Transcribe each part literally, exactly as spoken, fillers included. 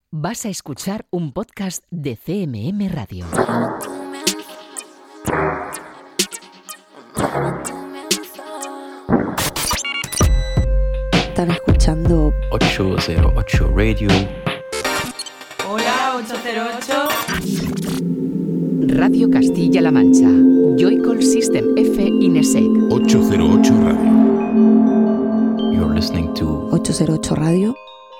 Vas a escuchar un podcast de C M M Radio. Están escuchando ocho cero ocho Radio. Hola, ocho cero ocho. Radio Castilla-La Mancha. Joycall System F Inesec. ocho cero ocho Radio. You're listening to ocho cero ocho Radio.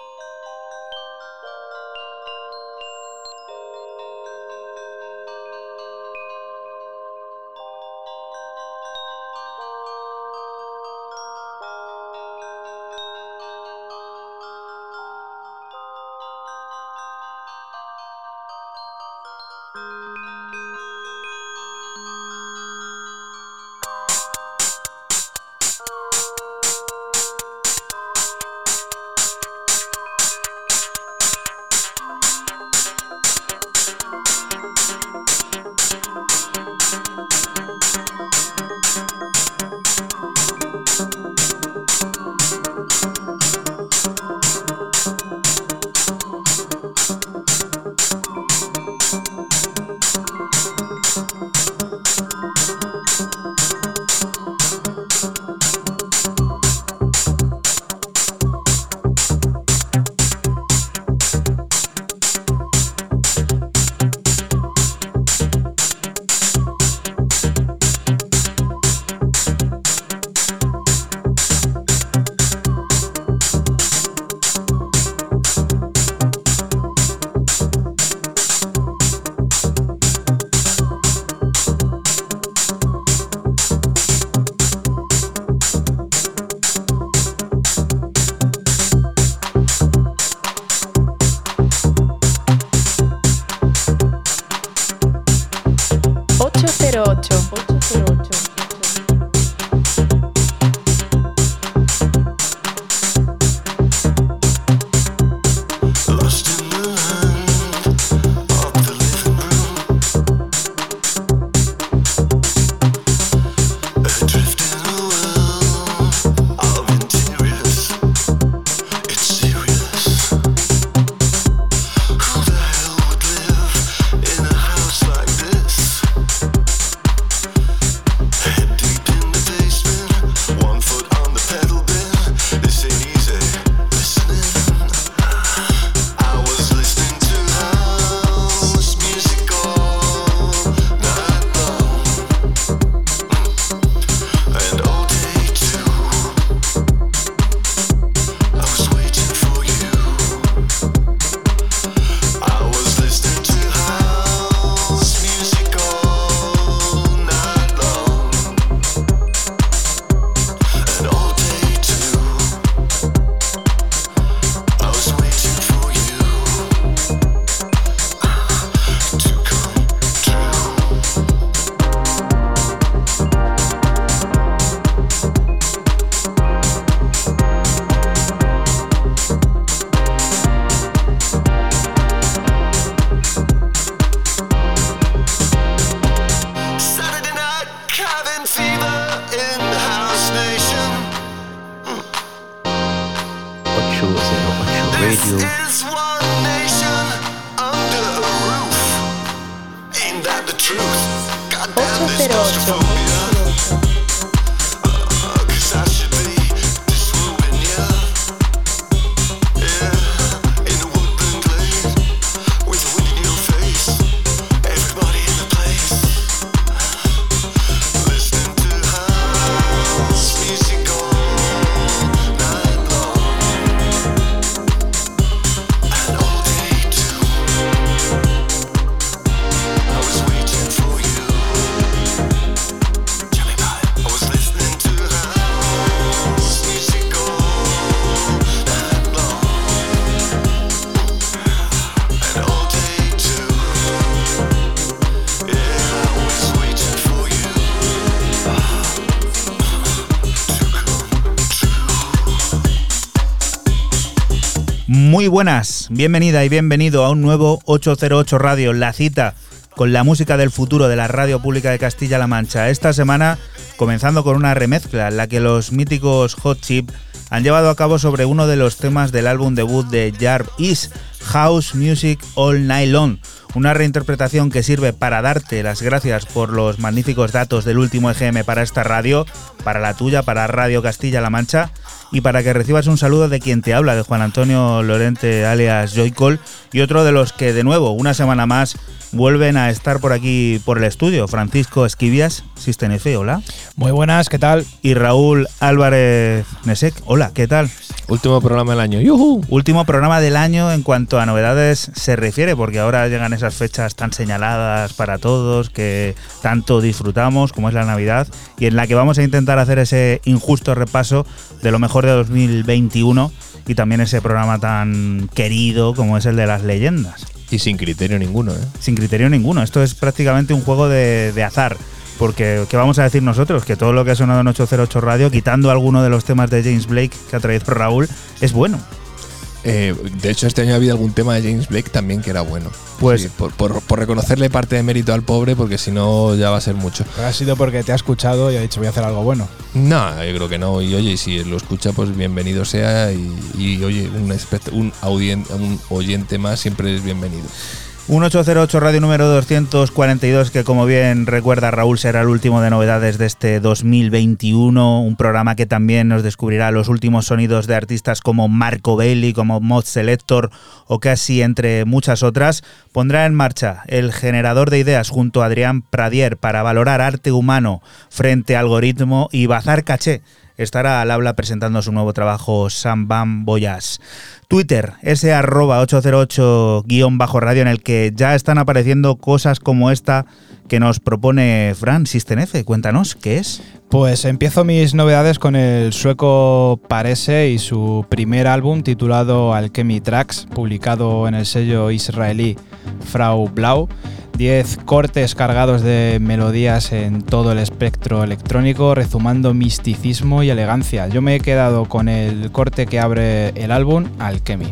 ocho cero ocho. ocho cero ocho. Muy buenas, bienvenida y bienvenido a un nuevo ocho cero ocho Radio, la cita con la música del futuro de la radio pública de Castilla-La Mancha. Esta semana comenzando con una remezcla en la que los míticos Hot Chip han llevado a cabo sobre uno de los temas del álbum debut de Jarv Is, House Music All Night Long. Una reinterpretación que sirve para darte las gracias por los magníficos datos del último E G M para esta radio, para la tuya, para Radio Castilla-La Mancha, y para que recibas un saludo de quien te habla, de Juan Antonio Lorente alias Joycol, y otro de los que de nuevo, una semana más, vuelven a estar por aquí por el estudio, Francisco Esquivias, System F, hola. Muy buenas, ¿qué tal? Y Raúl Álvarez Nesek, hola, ¿qué tal? Último programa del año, ¡yujú! Último programa del año en cuanto a novedades se refiere, porque ahora llegan esas fechas tan señaladas para todos, que tanto disfrutamos, como es la Navidad, y en la que vamos a intentar hacer ese injusto repaso de lo mejor de dos mil veintiuno y también ese programa tan querido como es el de las leyendas. Y sin criterio ninguno, ¿eh? Sin criterio ninguno, esto es prácticamente un juego de, de azar. Porque, ¿qué vamos a decir nosotros? Que todo lo que ha sonado en ocho cero ocho Radio, quitando alguno de los temas de James Blake que ha traído Raúl, es bueno. Eh, de hecho, este año ha habido algún tema de James Blake también que era bueno. Pues sí, por, por, por reconocerle parte de mérito al pobre, porque si no ya va a ser mucho. Pero ha sido porque te ha escuchado y ha dicho voy a hacer algo bueno. No, yo creo que no. Y oye, si lo escucha, pues bienvenido sea. Y, y oye, un, un, audien, un oyente más siempre es bienvenido. Un ocho cero ocho Radio número doscientos cuarenta y dos que, como bien recuerda Raúl, será el último de novedades de este dos mil veintiuno, un programa que también nos descubrirá los últimos sonidos de artistas como Marco Bailey, como Mod Selector o casi entre muchas otras. Pondrá en marcha el generador de ideas junto a Adrián Pradier para valorar arte humano frente a algoritmo, y Bazar Caché estará al habla presentando su nuevo trabajo Sam Bam Boyas. Twitter, ese arroba ocho cero ocho guión bajo radio en el que ya están apareciendo cosas como esta que nos propone Fran System F. Cuéntanos, ¿qué es? Pues empiezo mis novedades con el sueco Parese y su primer álbum titulado Alchemy Tracks, publicado en el sello israelí Frau Blau. Diez cortes cargados de melodías en todo el espectro electrónico, rezumando misticismo y elegancia. Yo me he quedado con el corte que abre el álbum, Alchemy.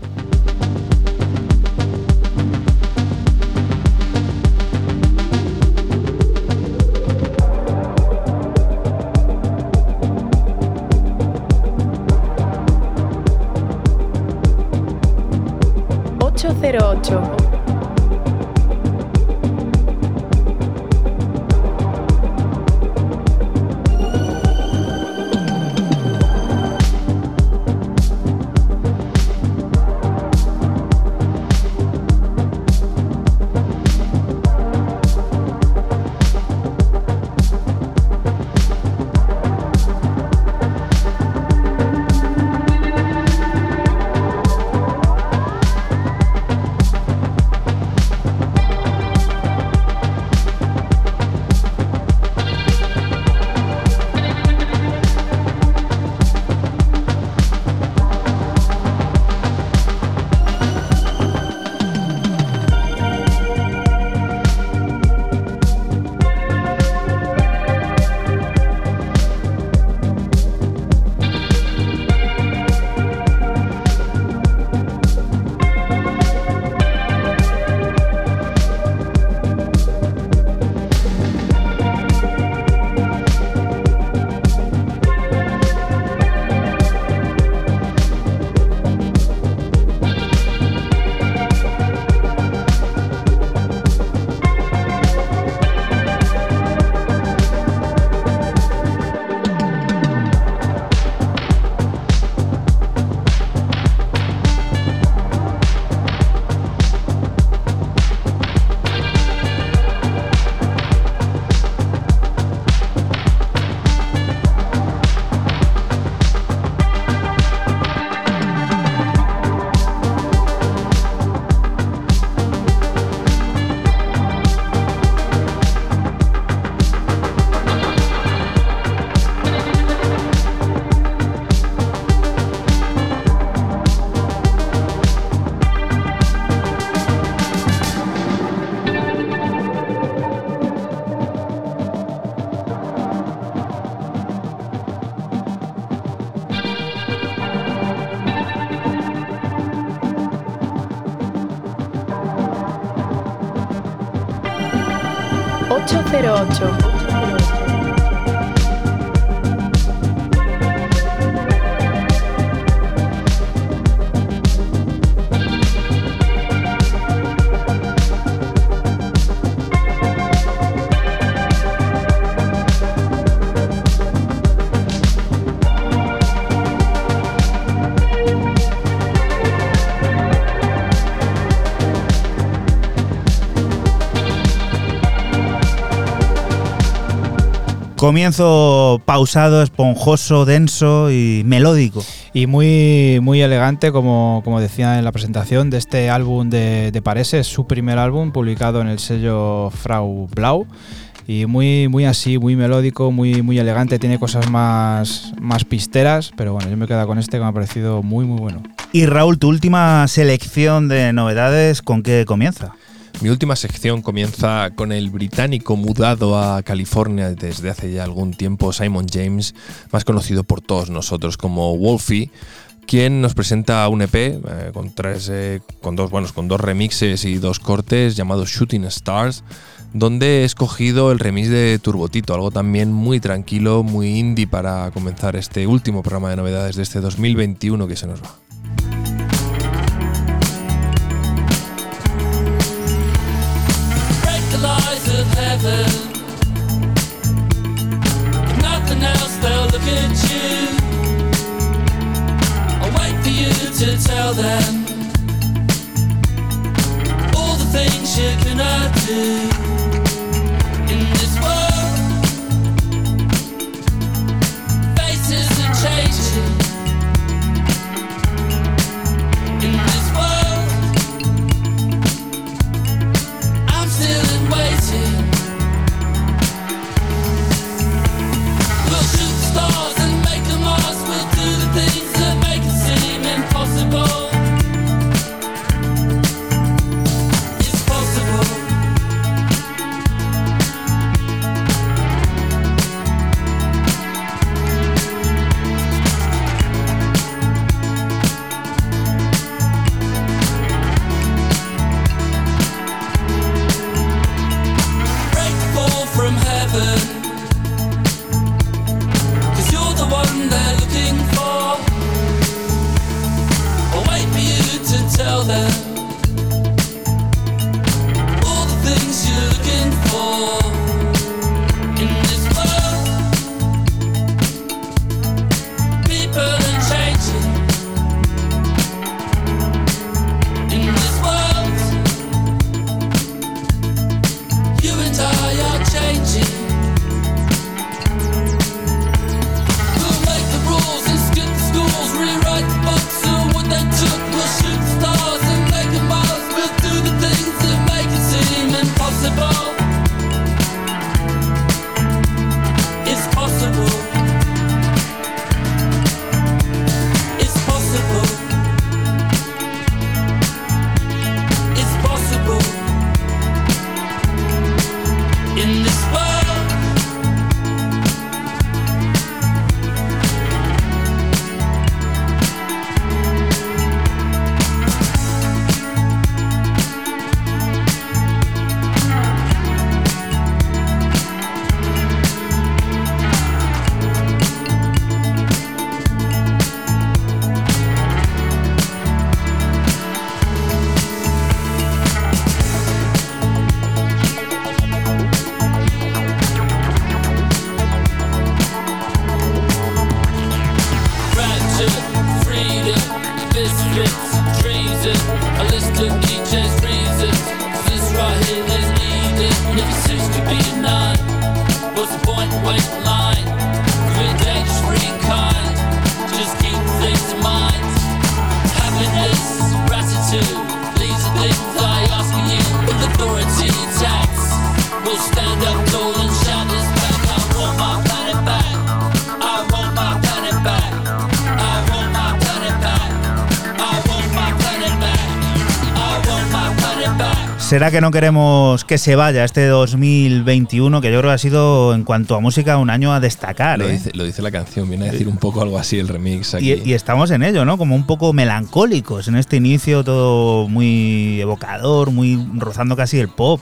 ocho cero ocho. ocho cero ocho. Comienzo pausado, esponjoso, denso y melódico. Y muy, muy elegante, como, como decía en la presentación, de este álbum de, de Parese. Es su primer álbum publicado en el sello Frau Blau. Y muy, muy así, muy melódico, muy, muy elegante. Tiene cosas más, más pisteras, pero bueno, yo me he quedado con este que me ha parecido muy, muy bueno. Y Raúl, tu última selección de novedades, ¿con qué comienza? Mi última sección comienza con el británico mudado a California desde hace ya algún tiempo, Simon James, más conocido por todos nosotros como Wolfie, quien nos presenta un E P eh, con tres, eh, con dos, bueno, con dos remixes y dos cortes llamado Shooting Stars, donde he escogido el remix de Turbotito, algo también muy tranquilo, muy indie para comenzar este último programa de novedades de este dos mil veintiuno que se nos va. Nothing else, they'll look at you. I'll wait for you to tell them all the things you cannot do in this world. Faces are changing in this world. I'm still in waiting. Stars and make them ours. We'll do the things that make it seem impossible. It's possible. Break the fall from heaven. One they're looking for. I'll wait for you to tell them all the things you're looking for in this world. People are changing in this world. You and I are changing. Rewrite the books of what they took. We'll shoot stars and make them ours. We'll do the things that make it seem impossible. It's possible. It's possible. It's possible. In this world. ¿Será que no queremos que se vaya este dos mil veintiuno, que yo creo que ha sido, en cuanto a música, un año a destacar? Lo, ¿eh? dice, lo dice la canción, viene a decir un poco algo así el remix aquí. Y, y estamos en ello, ¿no? Como un poco melancólicos en este inicio, todo muy evocador, muy rozando casi el pop.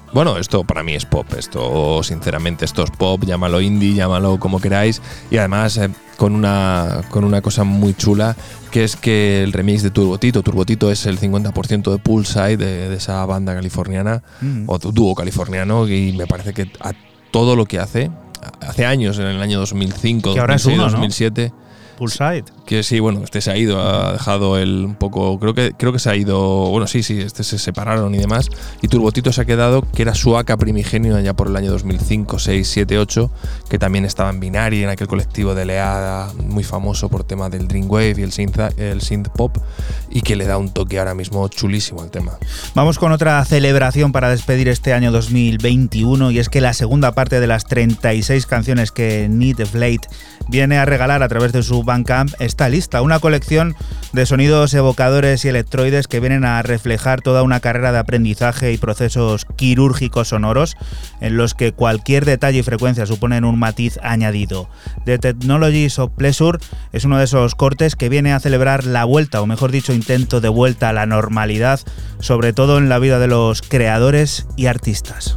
Bueno, esto para mí es pop, esto sinceramente esto es pop, llámalo indie, llámalo como queráis, y además eh, con una con una cosa muy chula, que es que el remix de Turbotito, Turbotito es el cincuenta por ciento de Poolside, de, de esa banda californiana, mm. o dúo californiano, y me parece que a todo lo que hace, hace años, en el año dos mil cinco, que ahora dos mil seis, es uno, dos mil siete… ¿no? Poolside. Que sí, bueno, este se ha ido, ha dejado el un poco, creo que creo que se ha ido, bueno, sí, sí, este se separaron y demás, y Turbotito se ha quedado, que era su aka primigenio allá por el año dos mil cinco, seis, siete, ocho, que también estaba en Binary, en aquel colectivo de Leada, muy famoso por tema del Dreamwave y el synth, el synth pop, y que le da un toque ahora mismo chulísimo al tema. Vamos con otra celebración para despedir este año dos mil veintiuno, y es que la segunda parte de las treinta y seis canciones que Need Deflate viene a regalar a través de su Bandcamp está lista, una colección de sonidos evocadores y electroides que vienen a reflejar toda una carrera de aprendizaje y procesos quirúrgicos sonoros en los que cualquier detalle y frecuencia suponen un matiz añadido. The Technologies of Pleasure es uno de esos cortes que viene a celebrar la vuelta, o mejor dicho, intento de vuelta a la normalidad, sobre todo en la vida de los creadores y artistas.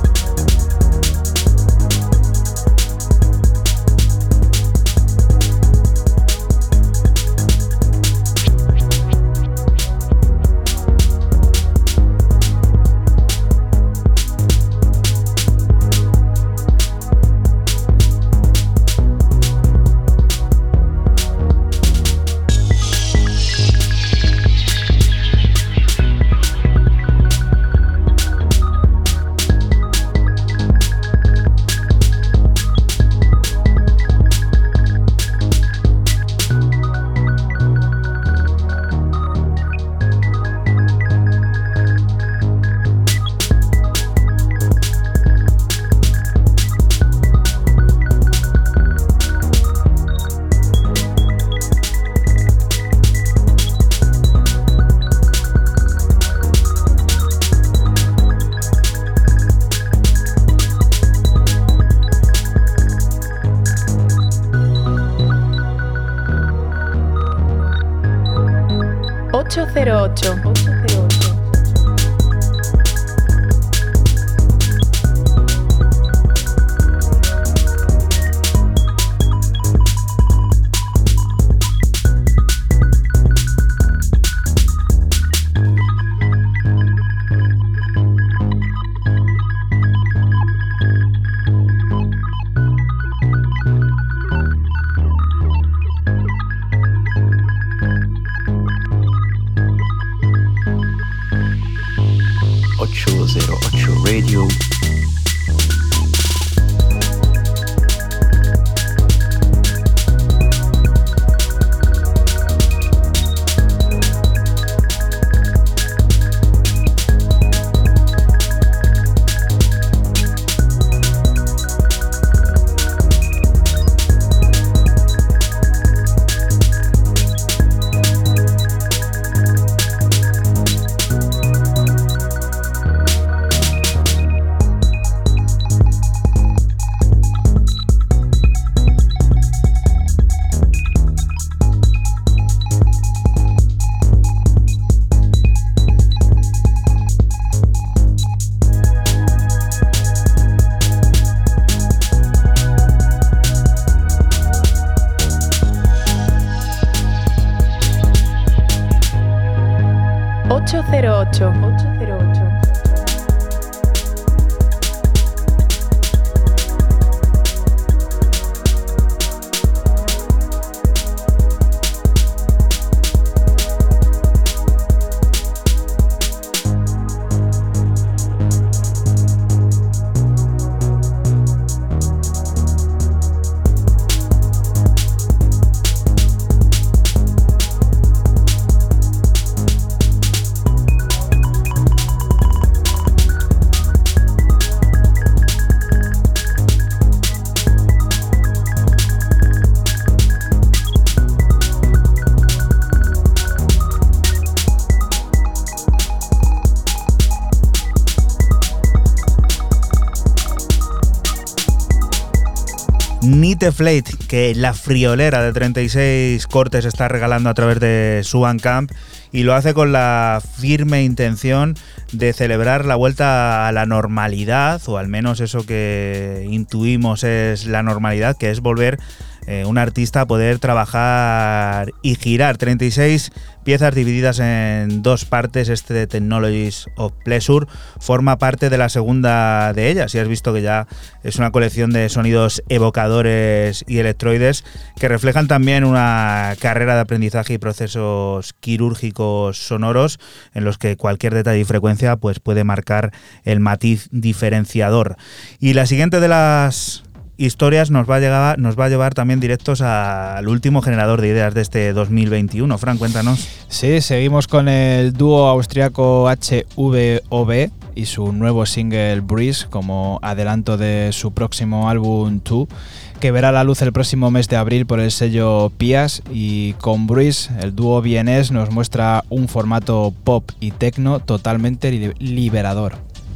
ocho cero ocho. ocho cero ocho Radio. ocho cero ocho. ocho cero ocho. Need Deflate, que la friolera de treinta y seis cortes está regalando a través de su Bandcamp, y lo hace con la firme intención de celebrar la vuelta a la normalidad, o al menos eso que intuimos es la normalidad, que es volver eh, un artista a poder trabajar y girar. treinta y seis piezas divididas en dos partes. Este de Technologies of Pleasure forma parte de la segunda de ellas, y has visto que ya es una colección de sonidos evocadores y electroides que reflejan también una carrera de aprendizaje y procesos quirúrgicos sonoros en los que cualquier detalle y frecuencia pues puede marcar el matiz diferenciador. Y la siguiente de las historias nos va a llevar, nos va a llevar también directos al último generador de ideas de este dos mil veintiuno. Fran, cuéntanos. Sí, seguimos con el dúo austriaco H V O B y su nuevo single Breeze como adelanto de su próximo álbum Two, que verá la luz el próximo mes de abril por el sello Pias. Y con Breeze, el dúo vienés nos muestra un formato pop y techno totalmente li- liberador.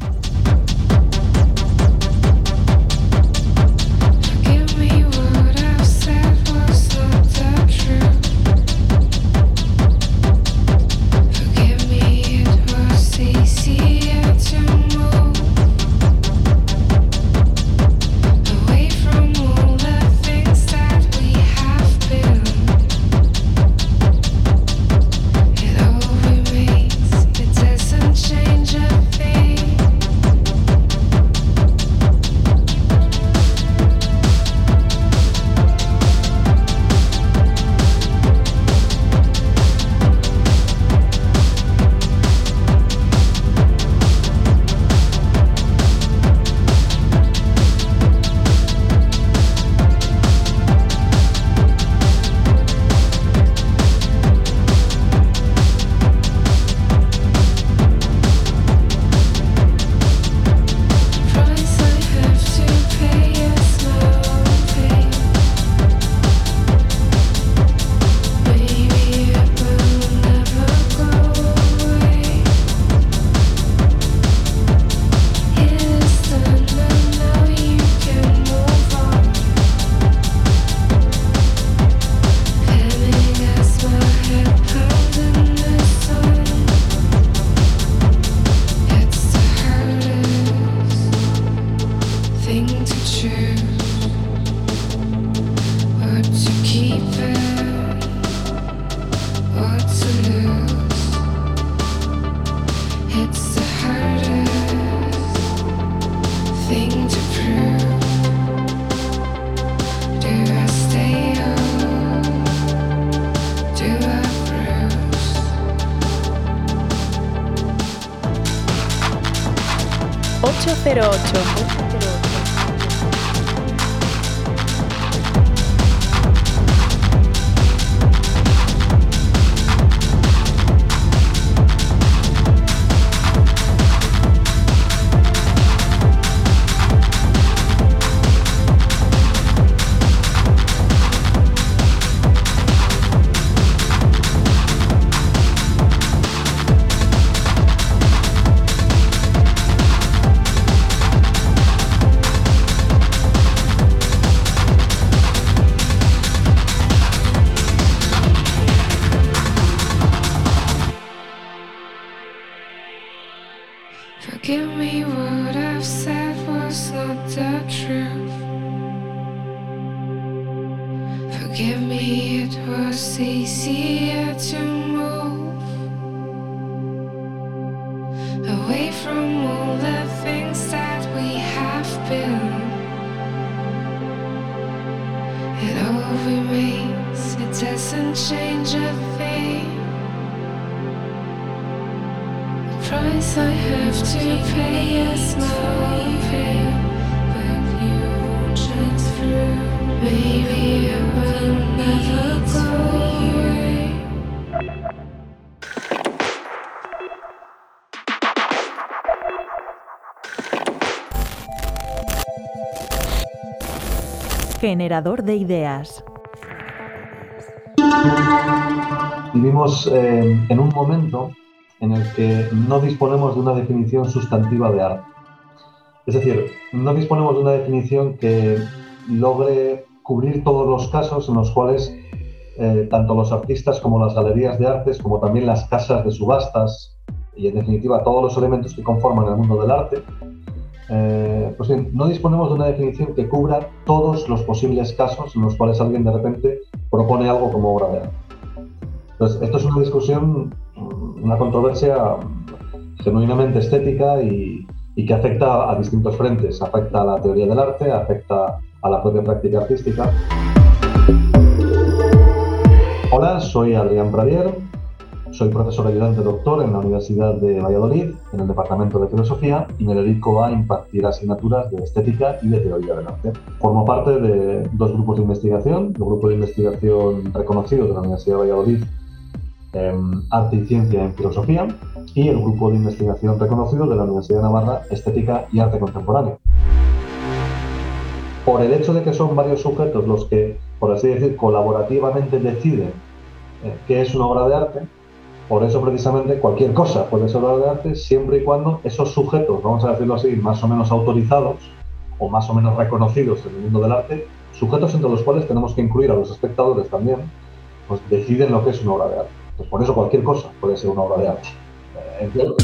ocho cero ocho. Forgive me, what I've said was not the truth. Forgive me, it was easier to move away from all the things that we have been. It all remains, it doesn't change a thing. Price I have to pay is my pain, but you won't shine through. Maybe I will never go away. Generador de ideas. Vivimos eh, en un momento en el que no disponemos de una definición sustantiva de arte. Es decir, no disponemos de una definición que logre cubrir todos los casos en los cuales eh, tanto los artistas como las galerías de artes, como también las casas de subastas y, en definitiva, todos los elementos que conforman el mundo del arte, eh, pues bien, no disponemos de una definición que cubra todos los posibles casos en los cuales alguien de repente propone algo como obra de arte. Entonces, esto es una discusión, una controversia genuinamente estética y, y que afecta a distintos frentes. Afecta a la teoría del arte, afecta a la propia práctica artística. Hola, soy Adrián Pradier, soy profesor ayudante doctor en la Universidad de Valladolid, en el Departamento de Filosofía, y me dedico a impartir asignaturas de estética y de teoría del arte. Formo parte de dos grupos de investigación, el grupo de investigación reconocido de la Universidad de Valladolid, en Arte y Ciencia en Filosofía, y el grupo de investigación reconocido de la Universidad de Navarra, Estética y Arte Contemporáneo. Por el hecho de que son varios sujetos los que, por así decir, colaborativamente deciden eh, qué es una obra de arte, por eso precisamente cualquier cosa puede ser obra de arte siempre y cuando esos sujetos, vamos a decirlo así, más o menos autorizados o más o menos reconocidos en el mundo del arte, sujetos entre los cuales tenemos que incluir a los espectadores también, pues deciden lo que es una obra de arte. Pues por eso cualquier cosa puede ser una obra de arte. ¿Entiendes?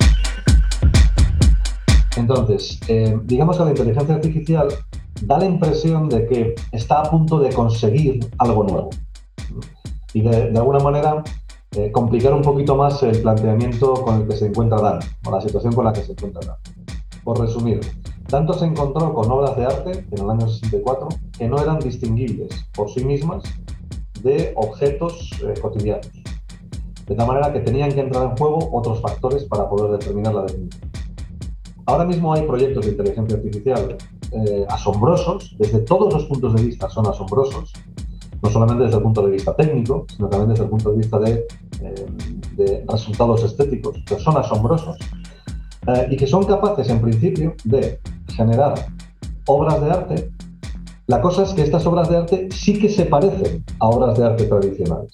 Entonces, eh, digamos que la inteligencia artificial da la impresión de que está a punto de conseguir algo nuevo y de, de alguna manera eh, complicar un poquito más el planteamiento con el que se encuentra Dan, o la situación con la que se encuentra Dan. Por resumir, tanto se encontró con obras de arte en el año sesenta y cuatro que no eran distinguibles por sí mismas de objetos eh, cotidianos, de tal manera que tenían que entrar en juego otros factores para poder determinar la definición. Ahora mismo hay proyectos de inteligencia artificial eh, asombrosos, desde todos los puntos de vista son asombrosos, no solamente desde el punto de vista técnico, sino también desde el punto de vista de, eh, de resultados estéticos, que son asombrosos, eh, y que son capaces, en principio, de generar obras de arte. La cosa es que estas obras de arte sí que se parecen a obras de arte tradicionales.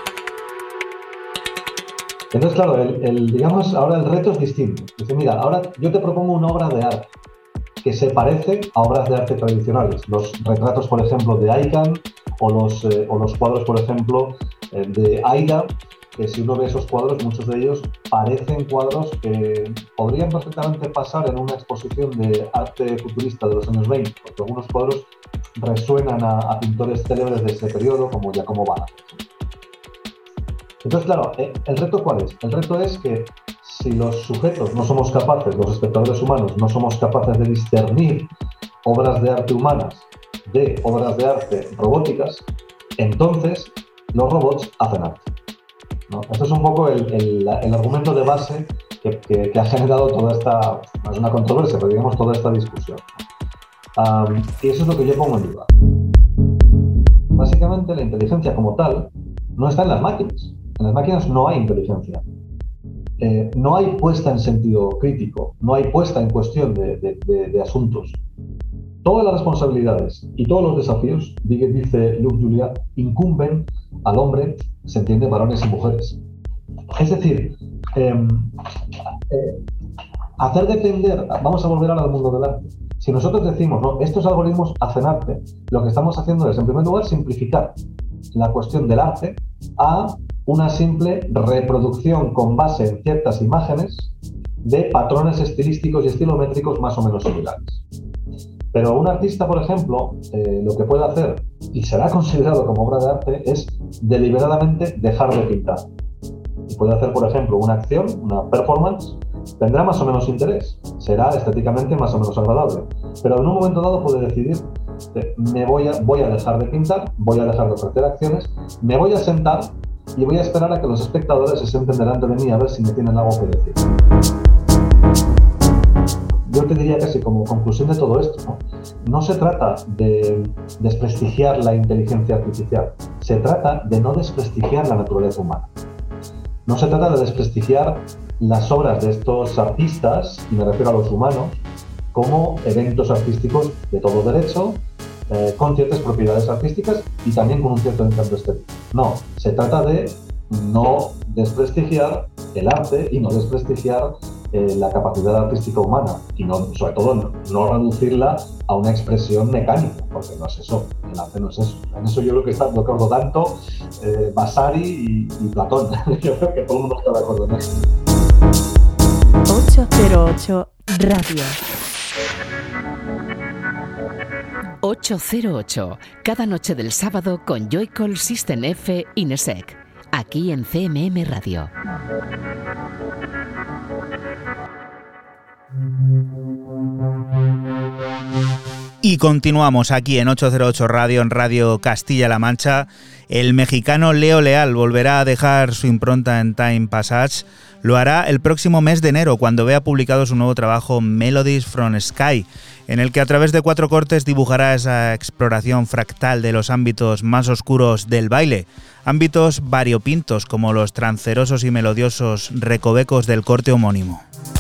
Entonces, claro, el, el, digamos, ahora el reto es distinto. Dice, mira, ahora yo te propongo una obra de arte que se parece a obras de arte tradicionales. Los retratos, por ejemplo, de Icahn o los, eh, o los cuadros, por ejemplo, eh, de Aida, que si uno ve esos cuadros, muchos de ellos parecen cuadros que podrían perfectamente pasar en una exposición de arte futurista de los años veinte, porque algunos cuadros resuenan a, a pintores célebres de ese periodo, como Giacomo Balla. Entonces, claro, ¿el reto cuál es? El reto es que si los sujetos no somos capaces, los espectadores humanos, no somos capaces de discernir obras de arte humanas de obras de arte robóticas, entonces los robots hacen arte, ¿no? Este es un poco el, el, el argumento de base que, que, que ha generado toda esta, no es una controversia, pero digamos toda esta discusión. Um, y eso es lo que yo pongo en duda. Básicamente, la inteligencia como tal no está en las máquinas. En las máquinas no hay inteligencia. Eh, no hay puesta en sentido crítico, no hay puesta en cuestión de, de, de, de asuntos. Todas las responsabilidades y todos los desafíos, dice Luc Julia, incumben al hombre, se entiende, varones y mujeres. Es decir, eh, eh, hacer depender, vamos a volver ahora al mundo del arte. Si nosotros decimos, no, estos algoritmos hacen arte, lo que estamos haciendo es, en primer lugar, simplificar la cuestión del arte a una simple reproducción con base en ciertas imágenes de patrones estilísticos y estilométricos más o menos similares. Pero un artista, por ejemplo, eh, lo que puede hacer, y será considerado como obra de arte, es deliberadamente dejar de pintar. Y puede hacer, por ejemplo, una acción, una performance, tendrá más o menos interés, será estéticamente más o menos agradable, pero en un momento dado puede decidir, eh, me voy a, voy a dejar de pintar, voy a dejar de ofrecer acciones, me voy a sentar y voy a esperar a que los espectadores se sienten delante de mí a ver si me tienen algo que decir. Yo te diría casi como conclusión de todo esto, ¿no? No se trata de desprestigiar la inteligencia artificial, se trata de no desprestigiar la naturaleza humana. No se trata de desprestigiar las obras de estos artistas, y me refiero a los humanos, como eventos artísticos de todo derecho, eh, con ciertas propiedades artísticas y también con un cierto encanto estético. No, se trata de no desprestigiar el arte y no desprestigiar eh, la capacidad artística humana y no, sobre todo no, no reducirla a una expresión mecánica, porque no es eso, el arte no es eso. En eso yo creo que está de acuerdo tanto eh, Vasari y, y Platón. Yo creo que todo el mundo está de acuerdo en eso. ocho cero ocho Radio. ocho cero ocho, cada noche del sábado con Joycall System F Inesec, aquí en C M M Radio. Y continuamos aquí en ocho cero ocho Radio, en Radio Castilla-La Mancha. El mexicano Leo Leal volverá a dejar su impronta en Time Passage. Lo hará el próximo mes de enero, cuando vea publicado su nuevo trabajo Melodies from Sky, en el que a través de cuatro cortes dibujará esa exploración fractal de los ámbitos más oscuros del baile, ámbitos variopintos como los trancerosos y melodiosos recovecos del corte homónimo.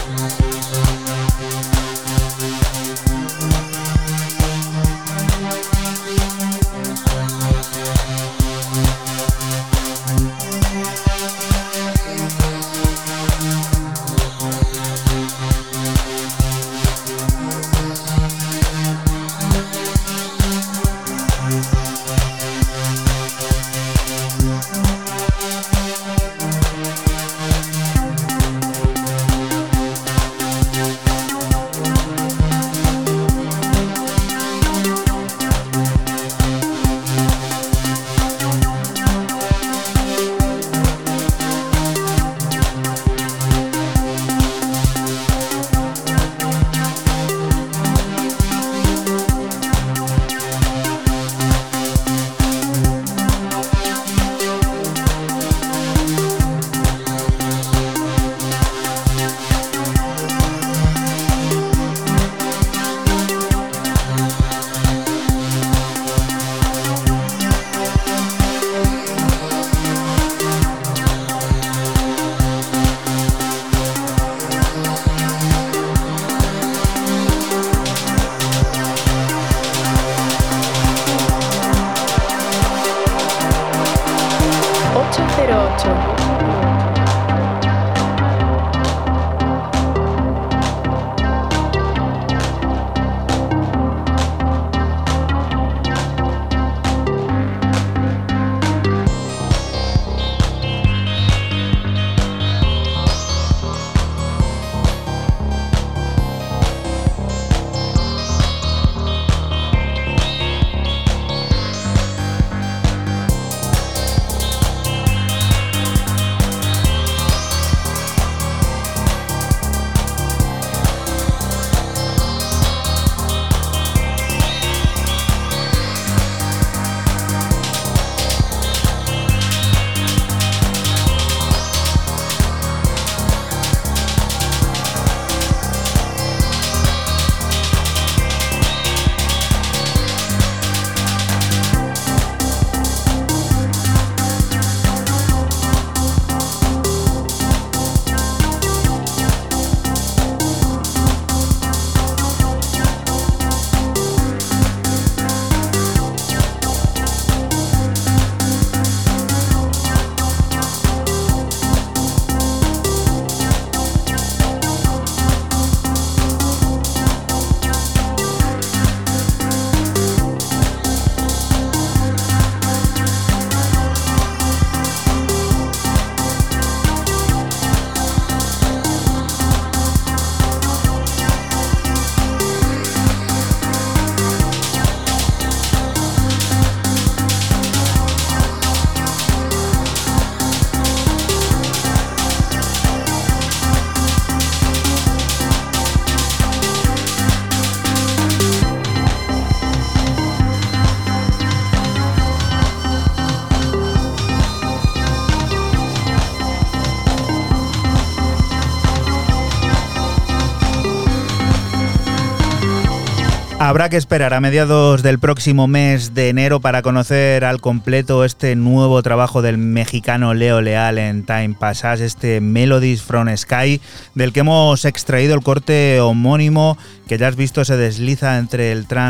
Habrá que esperar a mediados del próximo mes de enero para conocer al completo este nuevo trabajo del mexicano Leo Leal en Time Passage, este Melodies from Sky, del que hemos extraído el corte homónimo que ya has visto se desliza entre el trance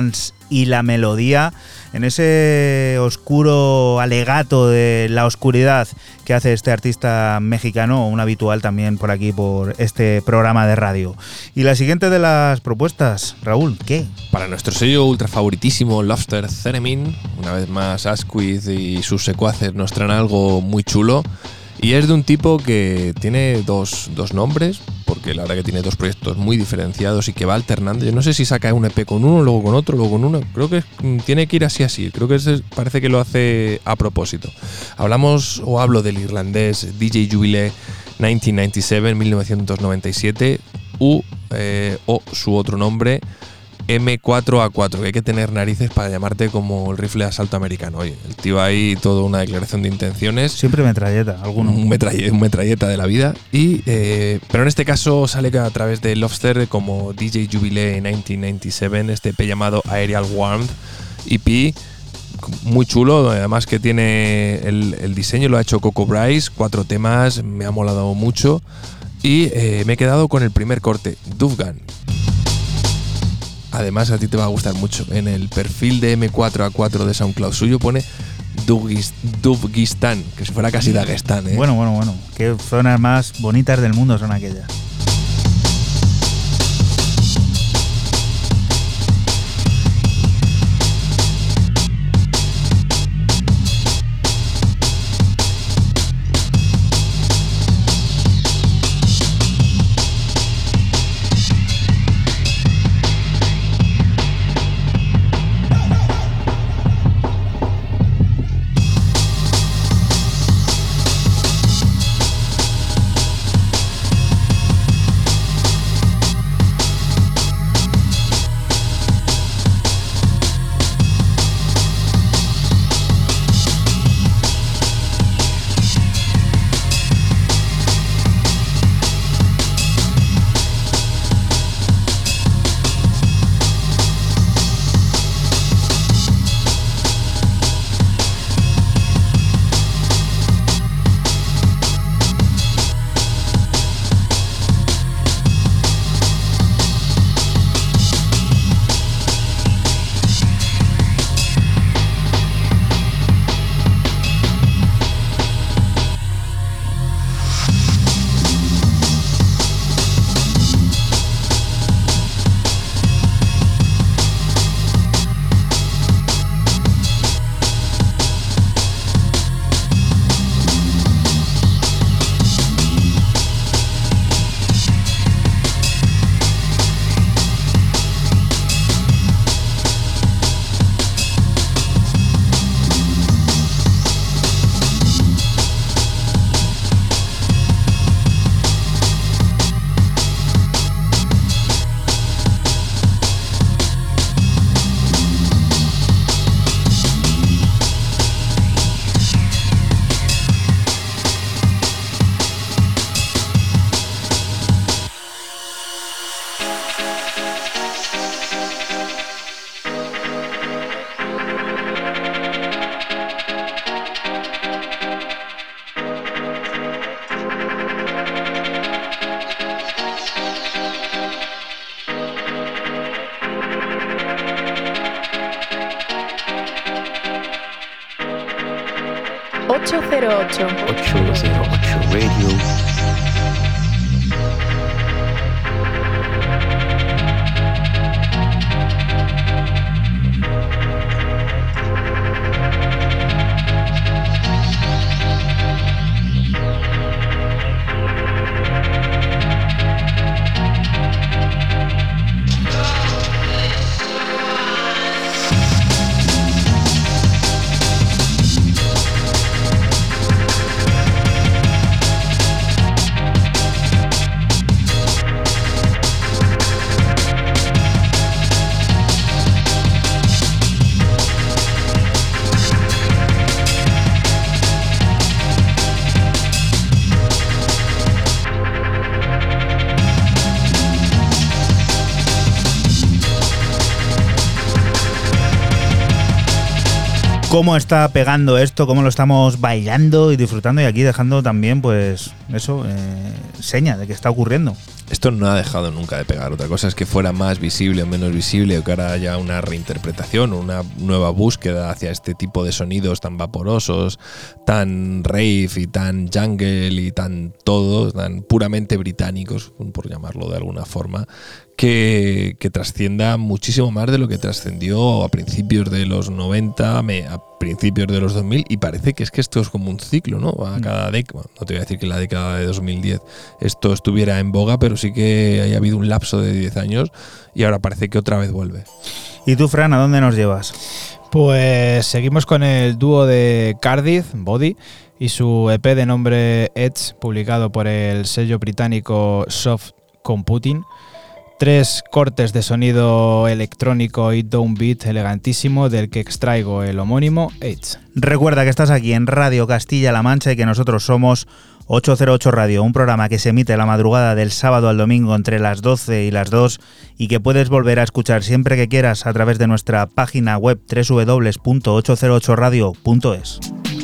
y la melodía en ese oscuro alegato de la oscuridad que hace este artista mexicano, un habitual también por aquí, por este programa de radio. Y la siguiente de las propuestas, Raúl, ¿qué? Para nuestro sello ultra favoritísimo, Lobster Theremin, una vez más Asquith y sus secuaces nos traen algo muy chulo. Y es de un tipo que tiene dos, dos nombres, porque la verdad que tiene dos proyectos muy diferenciados y que va alternando. Yo no sé si saca un E P con uno, luego con otro, luego con uno. Creo que tiene que ir así así. Creo que es, parece que lo hace a propósito. Hablamos o hablo del irlandés D J Jubilee mil novecientos noventa y siete u eh, o su otro nombre M cuatro A cuatro, que hay que tener narices para llamarte como el rifle de asalto americano. Oye, el tío ahí, toda una declaración de intenciones. Siempre metralleta, alguno. Un, metralle, un metralleta de la vida. Y, eh, pero en este caso sale a través de Lobster como D J Jubilee mil novecientos noventa y siete, este E P llamado Aerial Warmth E P. Muy chulo, además que tiene el, el diseño, lo ha hecho Coco Bryce, cuatro temas, me ha molado mucho. Y eh, me he quedado con el primer corte, Dufgan. Además, a ti te va a gustar mucho. En el perfil de M cuatro A cuatro de SoundCloud suyo pone Dufguistán, que si fuera casi Dagestán, ¿eh? Bueno, bueno, bueno. Qué zonas más bonitas del mundo son aquellas. ocho cero ocho. ocho cero ocho Radio. cómo está pegando esto, cómo lo estamos bailando y disfrutando, y aquí dejando también, pues, eso, eh, seña de que está ocurriendo. Esto no ha dejado nunca de pegar. Otra cosa es que fuera más visible o menos visible, o que ahora haya una reinterpretación o una nueva búsqueda hacia este tipo de sonidos tan vaporosos, tan rave y tan jungle y tan todo, tan puramente británicos, por llamarlo de alguna forma, que, que trascienda muchísimo más de lo que trascendió a principios de los noventa, a principios de los dos mil, y parece que es que esto es como un ciclo, ¿no? A cada década, no te voy a decir que la década de dos mil diez esto estuviera en boga, pero sí que haya habido un lapso de diez años y ahora parece que otra vez vuelve. ¿Y tú, Fran, a dónde nos llevas? Pues seguimos con el dúo de Cardiff, Body, y su E P de nombre Edge, publicado por el sello británico Soft Computing. Tres cortes de sonido electrónico y downbeat elegantísimo, del que extraigo el homónimo Edge. Recuerda que estás aquí en Radio Castilla-La Mancha y que nosotros somos ocho cero ocho Radio, un programa que se emite la madrugada del sábado al domingo entre las doce y las dos, y que puedes volver a escuchar siempre que quieras a través de nuestra página web doble u doble u doble u punto ocho cero ocho radio punto es.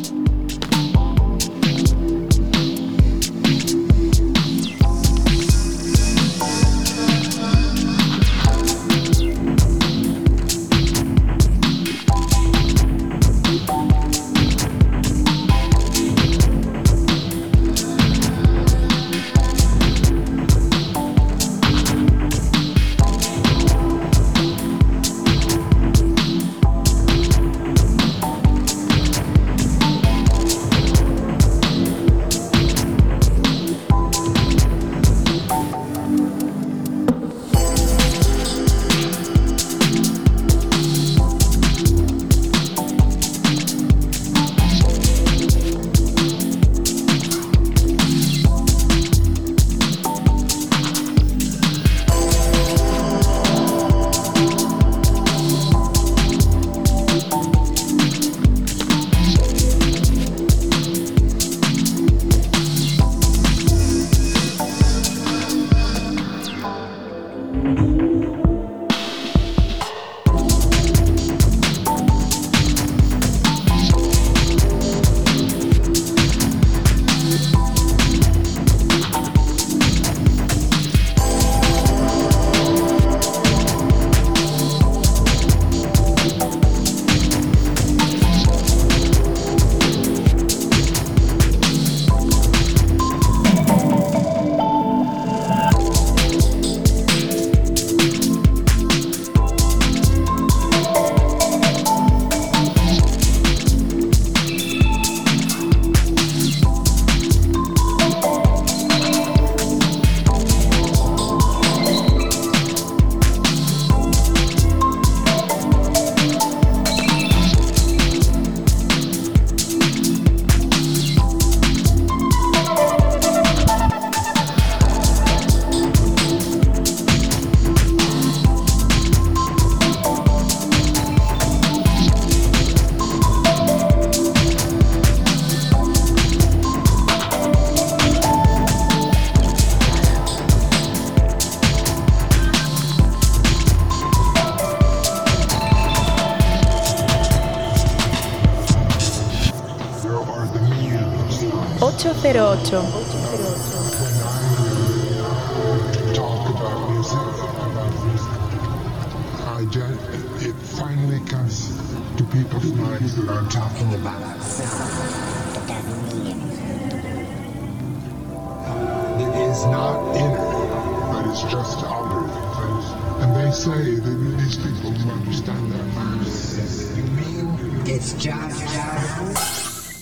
ocho cero ocho. It finally comes to people's minds that I'm talking about sound that doesn't mean it. It is not inner, but it's just outer. And they say that these people who understand that virus. You mean it's just sound?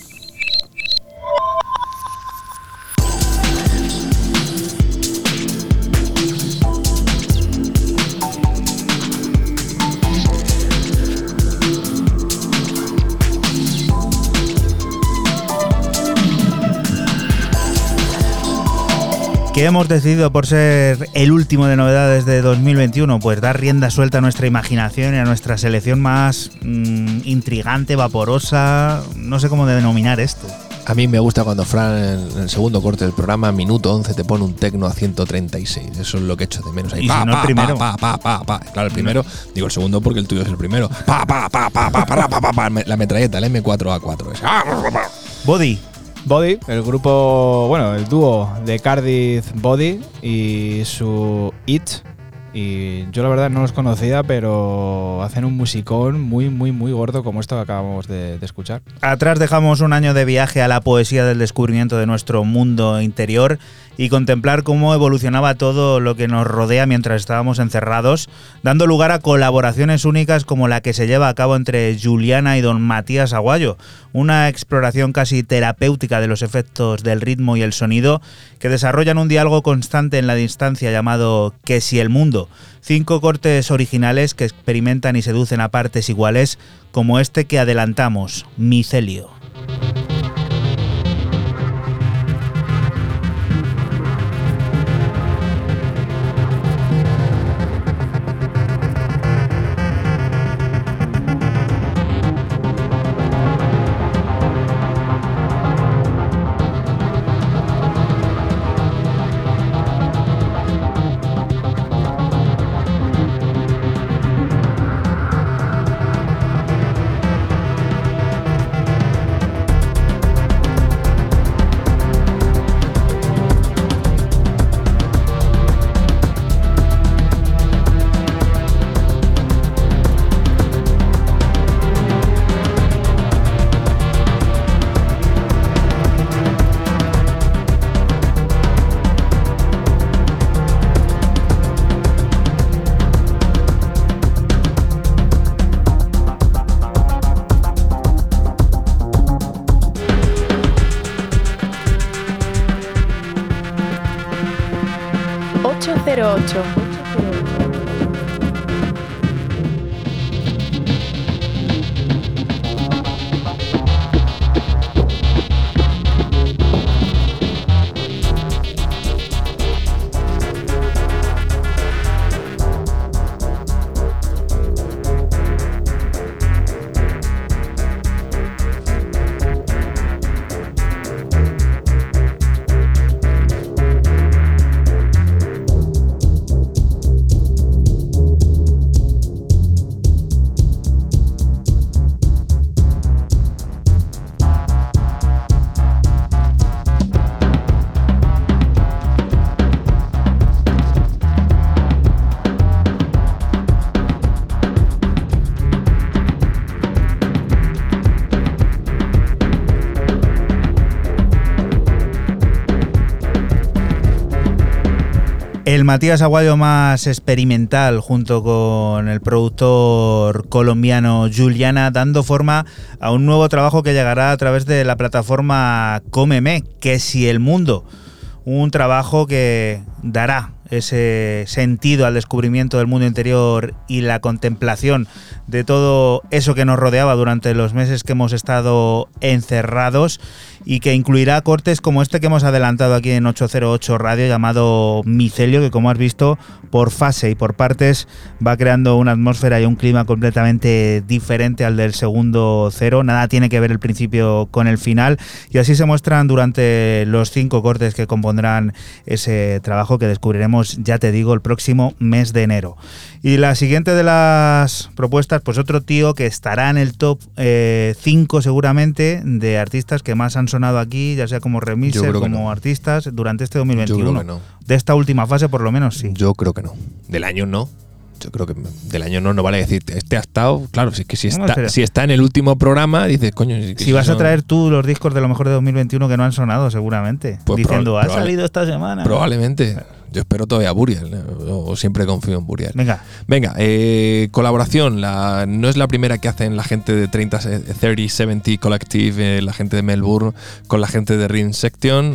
¿Qué hemos decidido por ser el último de novedades de dos mil veintiuno? Pues dar rienda suelta a nuestra imaginación y a nuestra selección más mmm, intrigante, vaporosa, no sé cómo denominar esto. A mí me gusta cuando Fran, en el segundo corte del programa, minuto once, te pone un tecno a ciento treinta y seis. Eso es lo que echo de menos. Ahí, ¿Y pa, si no pa, el primero? Pa, pa, pa, pa, pa. Claro, el primero, digo el segundo porque el tuyo es el primero. Pa, pa, pa, pa, pa, pa, pa, pa, pa. La metralleta, el eme cuatro a cuatro. Body. Body, el grupo, bueno, el dúo de Cardiff Body y su It. Y yo la verdad no los conocía, pero hacen un musicón muy, muy, muy gordo como esto que acabamos de, de escuchar. Atrás dejamos un año de viaje a la poesía del descubrimiento de nuestro mundo interior y contemplar cómo evolucionaba todo lo que nos rodea mientras estábamos encerrados, dando lugar a colaboraciones únicas como la que se lleva a cabo entre Juliana y don Matías Aguayo, una exploración casi terapéutica de los efectos del ritmo y el sonido que desarrollan un diálogo constante en la distancia llamado Que si el mundo. Cinco cortes originales que experimentan y seducen a partes iguales, como este que adelantamos, Micelio. ocho cero ocho. El Matías Aguayo más experimental junto con el productor colombiano Juliana, dando forma a un nuevo trabajo que llegará a través de la plataforma Cómeme, Que si el mundo, un trabajo que dará ese sentido al descubrimiento del mundo interior y la contemplación de todo eso que nos rodeaba durante los meses que hemos estado encerrados, y que incluirá cortes como este que hemos adelantado aquí en ocho cero ocho Radio, llamado Micelio, que como has visto, por fase y por partes va creando una atmósfera y un clima completamente diferente al del segundo cero. Nada tiene que ver el principio con el final, y así se muestran durante los cinco cortes que compondrán ese trabajo que descubriremos, ya te digo, el próximo mes de enero. Y la siguiente de las propuestas, pues otro tío que estará en el top cinco eh, seguramente de artistas que más han sonado aquí, ya sea como remixer, como no. artistas, durante este dos mil veintiuno. Yo creo que no. De esta última fase por lo menos sí. Yo creo que no. Del año no. Yo creo que del año no, no vale decir, este ha estado, claro, si es que si está, no, si está en el último programa, dices, coño. Si, si vas son... a traer tú los discos de lo mejor de dos mil veintiuno que no han sonado, seguramente. Pues diciendo, ha salido esta semana. Probablemente. Yo espero todavía a Burial, ¿no? O siempre confío en Burial. Venga. Venga, eh, colaboración. La, no es la primera que hacen la gente de treinta setenta Collective, eh, la gente de Melbourne, con la gente de Ring Section,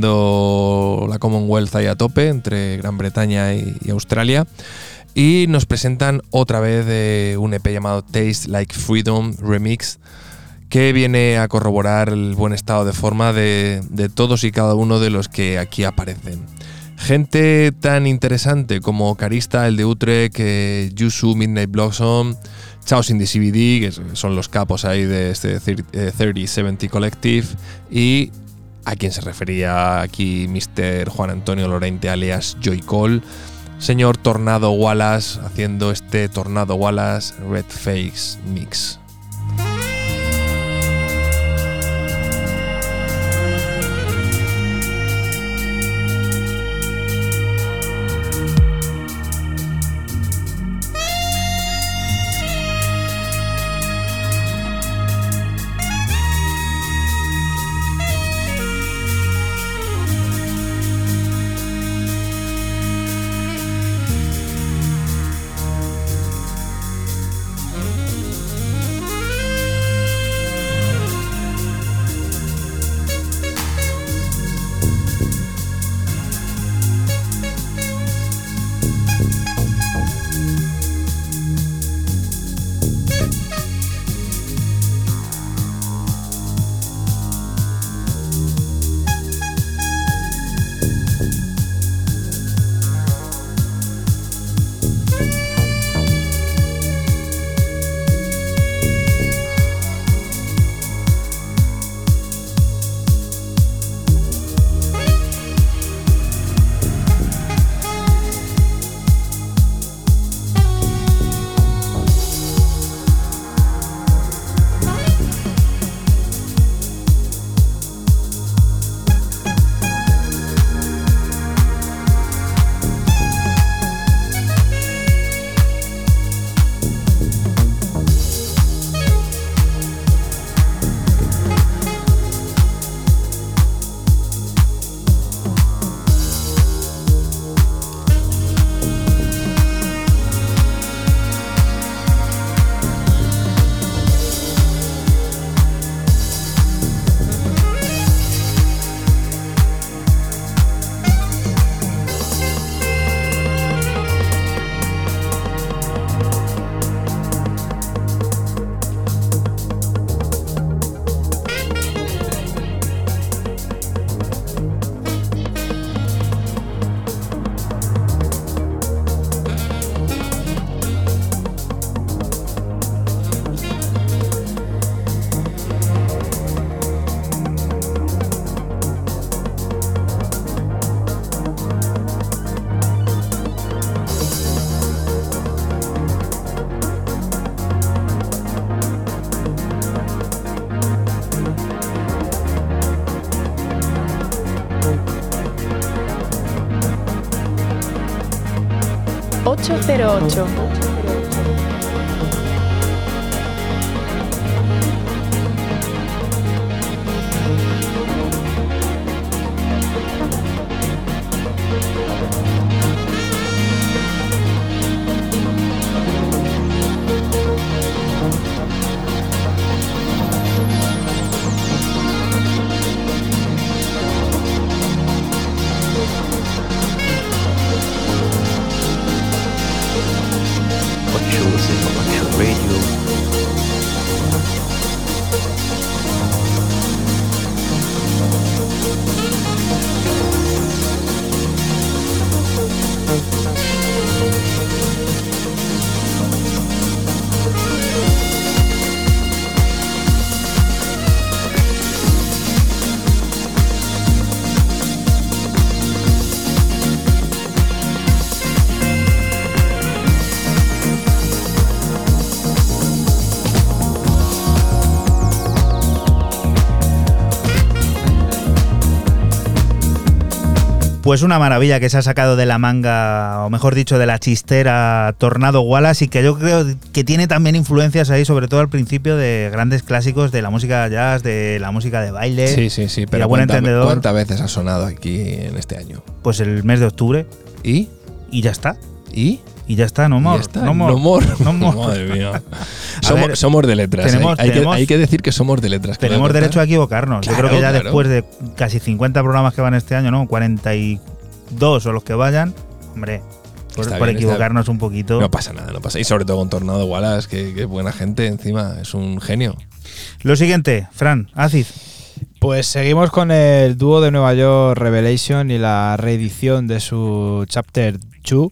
uniendo la Commonwealth ahí a tope entre Gran Bretaña y, y Australia. Y nos presentan otra vez eh, un E P llamado Taste Like Freedom Remix, que viene a corroborar el buen estado de forma de, de todos y cada uno de los que aquí aparecen. Gente tan interesante como Carista, el de Utrecht, eh, Yusu, Midnight Blossom, Chaos in the C B D, que son los capos ahí de este thirty seventy Collective, y a quien se refería aquí mister Juan Antonio Lorente alias Joy Cole, señor Tornado Wallace, haciendo este Tornado Wallace Red Face Mix. ocho cero ocho. Pues una maravilla que se ha sacado de la manga, o mejor dicho, de la chistera Tornado Wallace, y que yo creo que tiene también influencias ahí, sobre todo al principio, de grandes clásicos de la música jazz, de la música de baile. Sí, sí, sí, pero ¿cuánta, ¿cuántas veces ha sonado aquí en este año? Pues el mes de octubre. ¿Y? Y ya está. ¿Y? Y ya está, no more. Ya está, no more. No more. No more. Madre mía. Somos, ver, somos de letras. Tenemos, hay, hay, tenemos, que, hay que decir que somos de letras. Tenemos derecho a equivocarnos. Claro, yo creo que ya claro. Después de casi cincuenta programas que van este año, ¿no? cuarenta y dos o los que vayan, hombre, por, por bien, equivocarnos está, un poquito. No pasa nada, no pasa. Y sobre todo con Tornado Wallace, que, que buena gente encima, es un genio. Lo siguiente, Fran, Acid. Pues seguimos con el dúo de Nueva York Revelation y la reedición de su Chapter dos.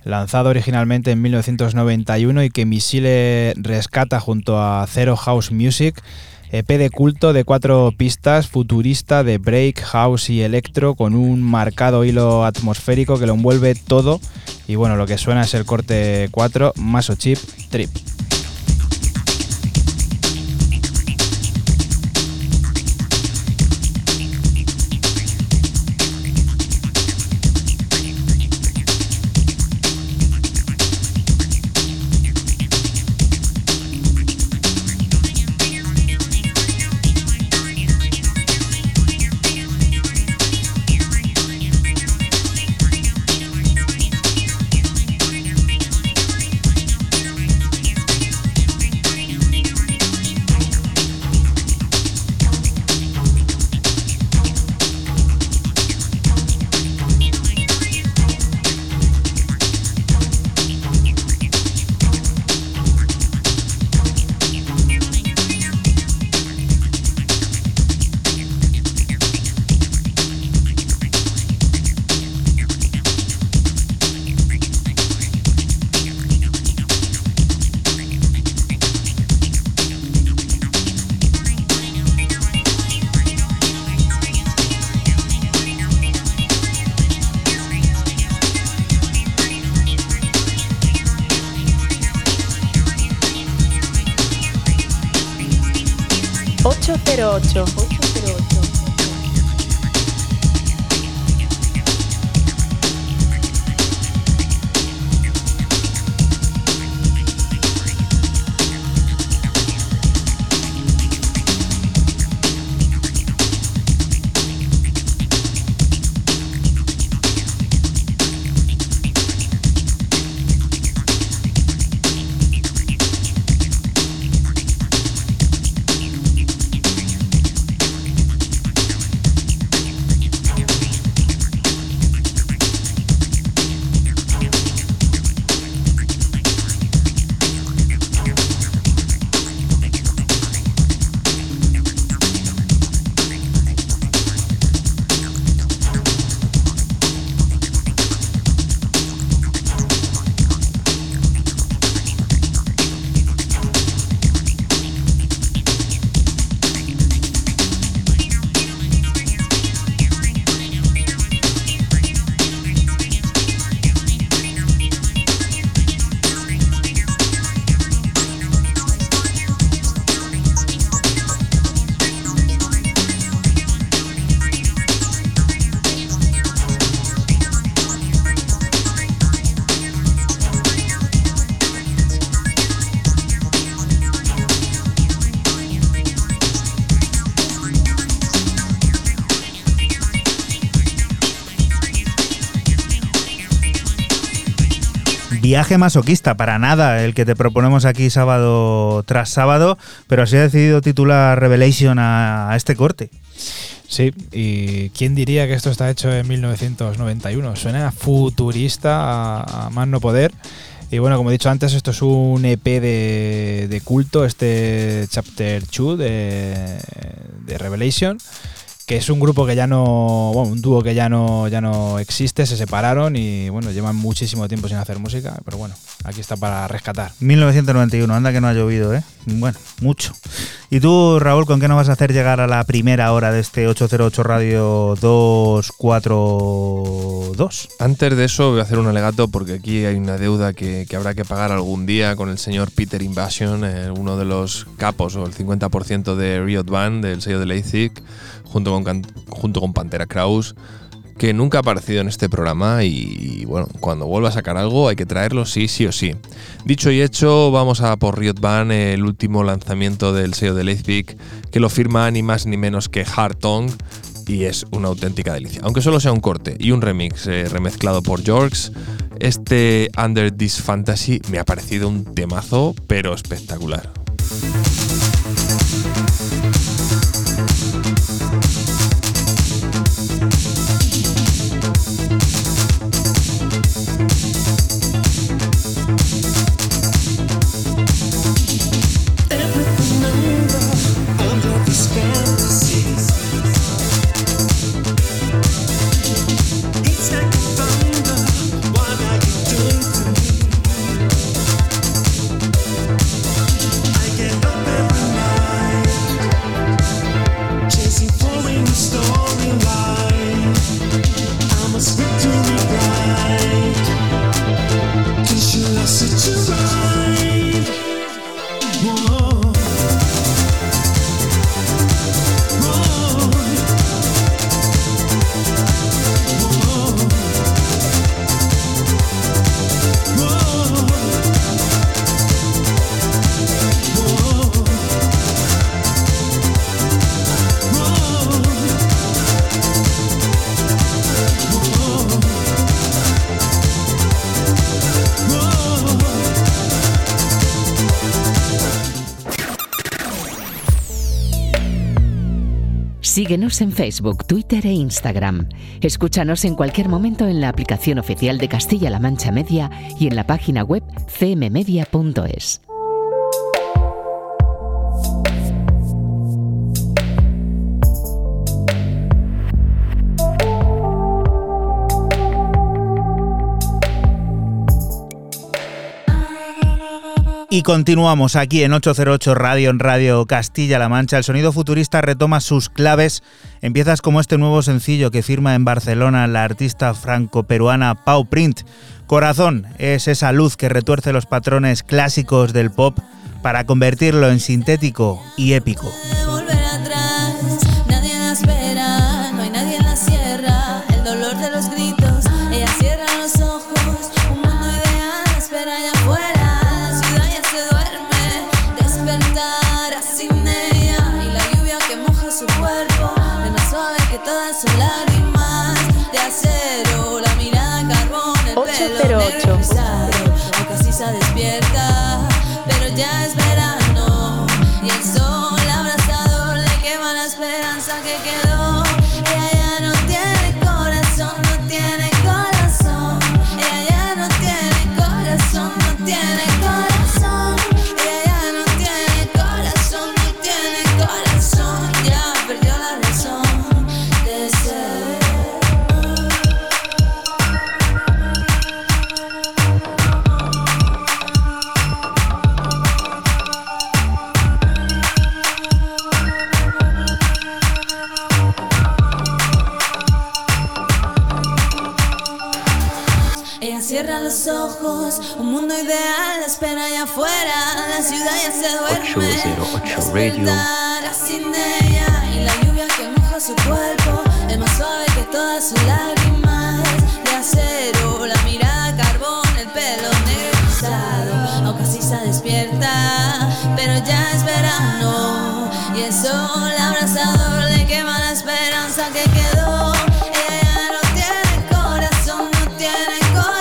lanzado originalmente en mil novecientos noventa y uno y que Missile rescata junto a Zero House Music, E P de culto de cuatro pistas, futurista de break, house y electro, con un marcado hilo atmosférico que lo envuelve todo. Y bueno, lo que suena es el corte cuatro, Maso Chip Trip. ocho cero ocho. Viaje masoquista, para nada el que te proponemos aquí sábado tras sábado, pero así ha decidido titular Revelation a, a este corte. Sí, y quién diría que esto está hecho en mil novecientos noventa y uno. Suena futurista a, a más no poder. Y bueno, como he dicho antes, esto es un E P de, de culto, este Chapter dos de, de Revelation, que es un grupo que ya no, bueno, un dúo que ya no, ya no existe, se separaron y bueno, llevan muchísimo tiempo sin hacer música, pero bueno, aquí está para rescatar. mil novecientos noventa y uno, anda que no ha llovido, ¿eh? Bueno, mucho. ¿Y tú, Raúl, con qué nos vas a hacer llegar a la primera hora de este ocho cero ocho Radio dos cuatro dos? Antes de eso voy a hacer un alegato porque aquí hay una deuda que, que habrá que pagar algún día con el señor Peter Invasion, eh, uno de los capos o el cincuenta por ciento de Riot Band, del sello de Leipzig, junto con, junto con Pantera Kraus, que nunca ha aparecido en este programa y, bueno, cuando vuelva a sacar algo hay que traerlo sí, sí o sí. Dicho y hecho, vamos a por Riot Band, el último lanzamiento del sello de Leipzig, que lo firma ni más ni menos que Hard Tongue, y es una auténtica delicia. Aunque solo sea un corte y un remix eh, remezclado por Jorgs, este Under This Fantasy me ha parecido un temazo, pero espectacular. It's like thunder, what are you doing? Síguenos en Facebook, Twitter e Instagram. Escúchanos en cualquier momento en la aplicación oficial de Castilla-La Mancha Media y en la página web c m media punto es. Y continuamos aquí en ochocientos ocho Radio, en Radio Castilla-La Mancha. El sonido futurista retoma sus claves. Empiezas como este nuevo sencillo que firma en Barcelona la artista franco-peruana Pau Print. Corazón es esa luz que retuerce los patrones clásicos del pop para convertirlo en sintético y épico. Nadie la espera, no hay nadie en la sierra. El dolor de los gritos, ella cierra los ojos. Un mundo ideal la espera allá afuera. Todas sus lágrimas de acero, la mirada carbón, el pelo negro rizado, o casi se despierta, pero ya es verano y el sol abrazador le quema la esperanza que quedó. Ella ya no tiene corazón, no tiene corazón. Ella ya no tiene corazón, no tiene corazón. Ella ya no tiene corazón, no tiene corazón. Ya perdió la razón. Cierra los ojos, un mundo ideal la espera allá afuera. La ciudad ya se duerme, despertará sin ella. Y la lluvia que moja su cuerpo es más suave que todas sus lágrimas de acero, la mirada carbón, el pelo negro rizado, aunque así se despierta, pero ya es verano y el sol abrazador le quema la esperanza que quedó. Ella ya no tiene corazón, no tiene corazón.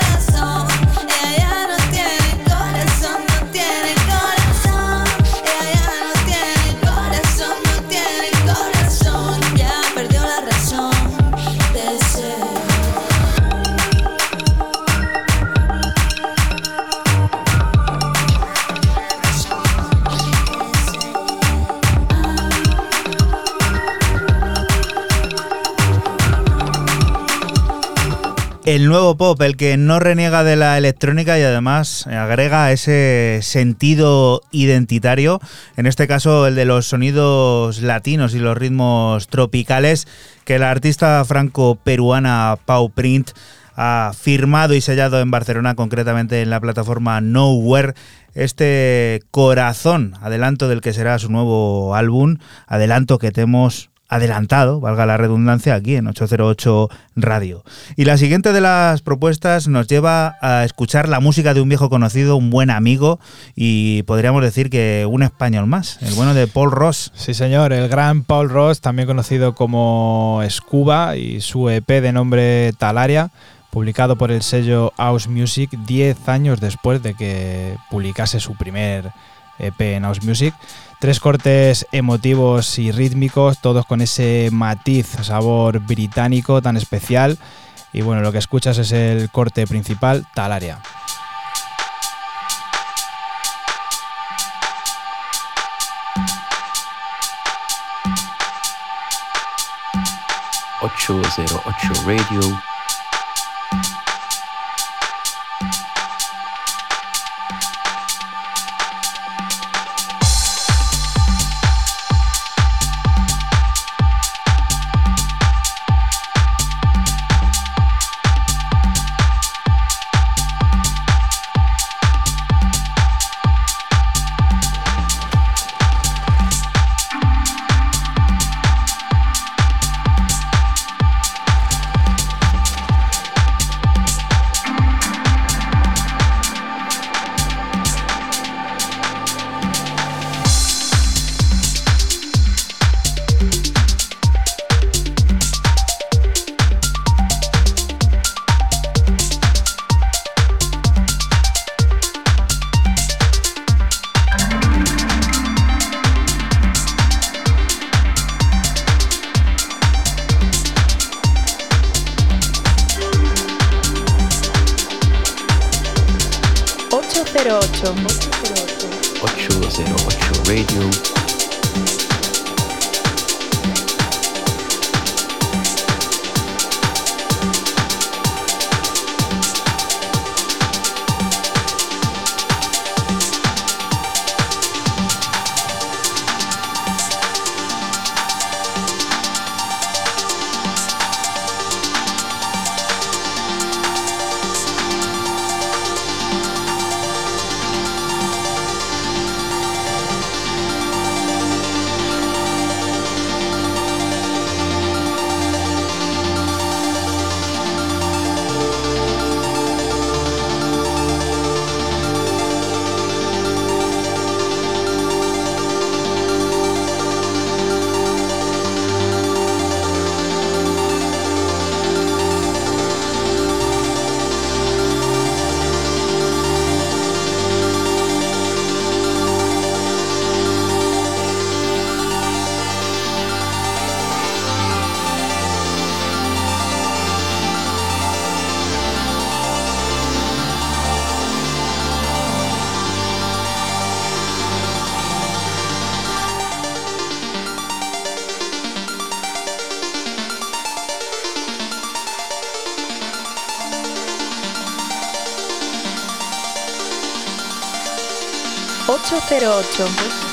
El nuevo pop, el que no reniega de la electrónica y además agrega ese sentido identitario, en este caso el de los sonidos latinos y los ritmos tropicales, que la artista franco-peruana Pau Print ha firmado y sellado en Barcelona, concretamente en la plataforma Nowhere. Este Corazón, adelanto del que será su nuevo álbum, adelanto que te hemos adelantado, valga la redundancia, aquí en ochocientos ocho Radio. Y la siguiente de las propuestas nos lleva a escuchar la música de un viejo conocido, un buen amigo y podríamos decir que un español más, el bueno de Paul Ross. Sí señor, el gran Paul Ross, también conocido como Scuba, y su E P de nombre Talaria, publicado por el sello House Music diez años después de que publicase su primer E P en House Music. Tres cortes emotivos y rítmicos, todos con ese matiz, sabor británico tan especial. Y bueno, lo que escuchas es el corte principal, Talaria. ochocientos ocho Radio. ocho cero ocho. ocho cero ocho Radio. ocho cero ocho.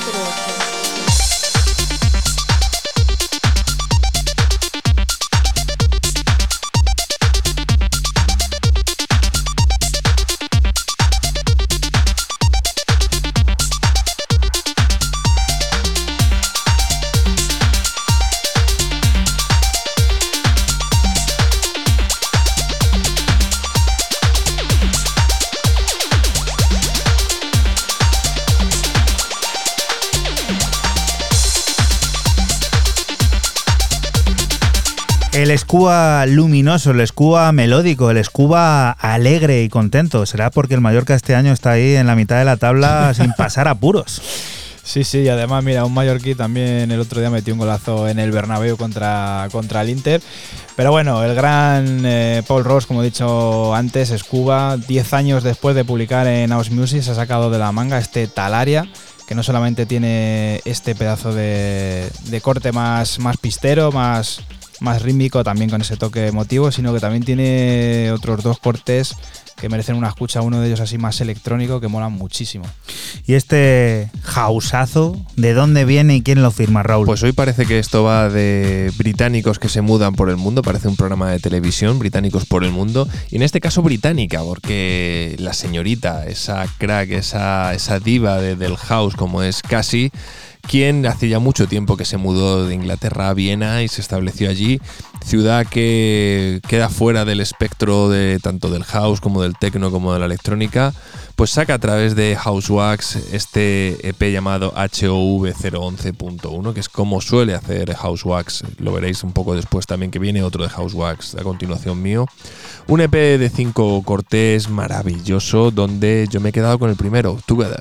El Escúa luminoso, el Escúa melódico, el Escúa alegre y contento. ¿Será porque el Mallorca este año está ahí en la mitad de la tabla sin pasar apuros? Sí, sí, y además, mira, un mallorquí también el otro día metió un golazo en el Bernabéu contra, contra el Inter. Pero bueno, el gran eh, Paul Ross, como he dicho antes, Escúa, diez años después de publicar en House Music, se ha sacado de la manga este Talaria, que no solamente tiene este pedazo de, de corte más, más pistero, más... más rítmico, también con ese toque emotivo, sino que también tiene otros dos cortes que merecen una escucha, uno de ellos así más electrónico, que mola muchísimo. ¿Y este houseazo, de dónde viene y quién lo firma, Raúl? Pues hoy parece que esto va de británicos que se mudan por el mundo, parece un programa de televisión, británicos por el mundo, y en este caso británica, porque la señorita, esa crack, esa, esa diva de, del house como es Cassie, quien hace ya mucho tiempo que se mudó de Inglaterra a Viena y se estableció allí, ciudad que queda fuera del espectro de tanto del house como del techno como de la electrónica, pues saca a través de Housewax este E P llamado H O V cero once punto uno, que es como suele hacer Housewax, lo veréis un poco después también, que viene otro de Housewax a continuación mío. Un E P de cinco cortes maravilloso, donde yo me he quedado con el primero, Together.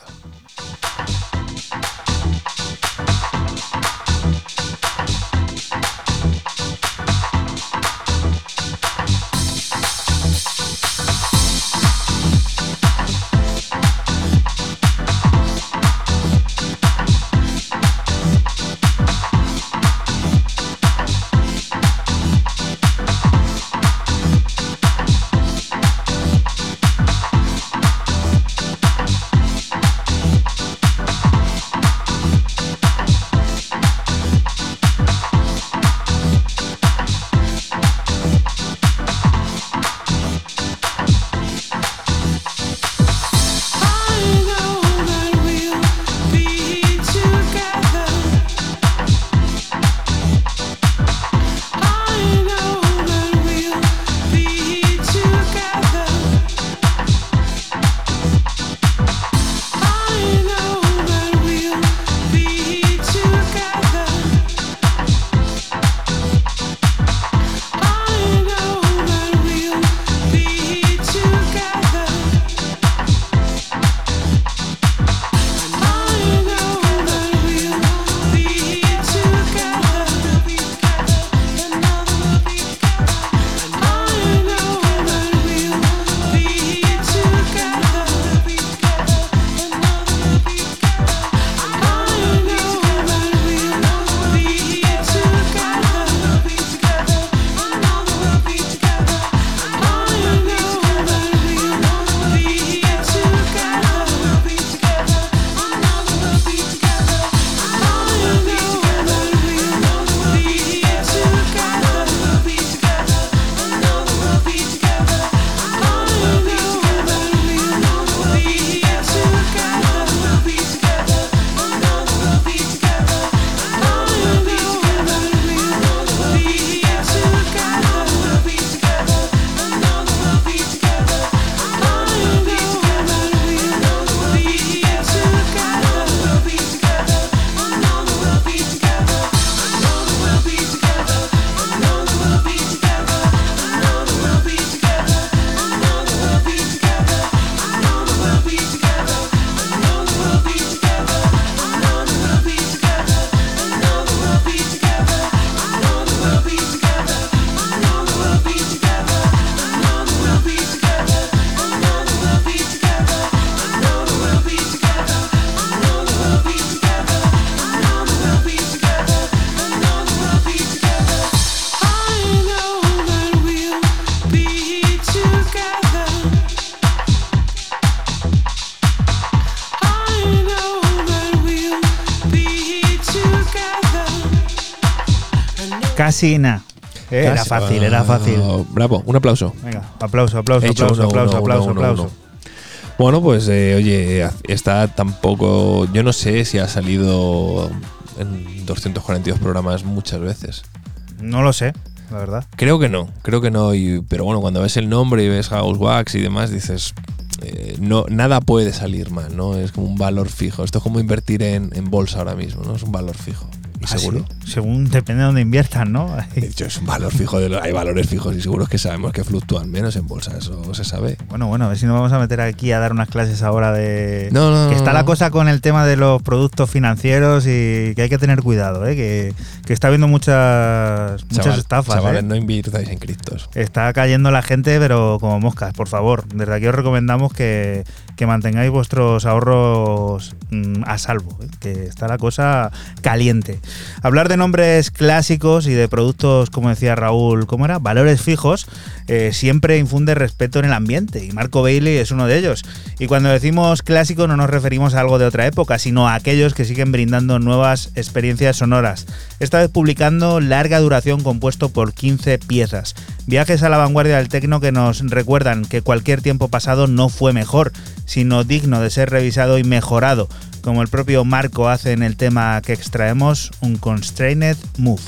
Casi nada. Eh, era Casi. fácil, era fácil. Ah, bravo, un aplauso. Venga, aplauso, aplauso, He hecho aplauso, uno, aplauso, uno, aplauso, uno, aplauso. uno, uno. Bueno, pues eh, oye, está tampoco. Yo no sé si ha salido en doscientos cuarenta y dos programas muchas veces. No lo sé, la verdad. Creo que no, creo que no. Y, pero bueno, cuando ves el nombre y ves House Wax y demás, dices. Eh, no, nada puede salir mal, ¿no? Es como un valor fijo. Esto es como invertir en, en bolsa ahora mismo, ¿no? Es un valor fijo. Y ¿Ah, seguro. sí? Según depende de dónde inviertan, ¿no? De hecho, es un valor fijo. De lo, hay valores fijos y seguros que sabemos que fluctúan menos en bolsa. Eso se sabe. Bueno, bueno, a ver si nos vamos a meter aquí a dar unas clases ahora de. No, no, que está no, la no. cosa con el tema de los productos financieros y que hay que tener cuidado, ¿eh? Que, que está habiendo muchas, muchas Chaval, estafas. Chavales, ¿eh? no invirtáis en criptos. Está cayendo la gente, pero como moscas, por favor. Desde aquí os recomendamos que, que mantengáis vuestros ahorros mm, a salvo, ¿eh? Que está la cosa caliente. Hablar de nombres clásicos y de productos, como decía Raúl, ¿cómo era? Valores fijos, eh, siempre infunde respeto en el ambiente, y Marco Bailey es uno de ellos. Y cuando decimos clásico no nos referimos a algo de otra época, sino a aquellos que siguen brindando nuevas experiencias sonoras. Esta vez publicando larga duración compuesto por quince piezas. Viajes a la vanguardia del techno que nos recuerdan que cualquier tiempo pasado no fue mejor, sino digno de ser revisado y mejorado, como el propio Marco hace en el tema que extraemos, un Constrained Move.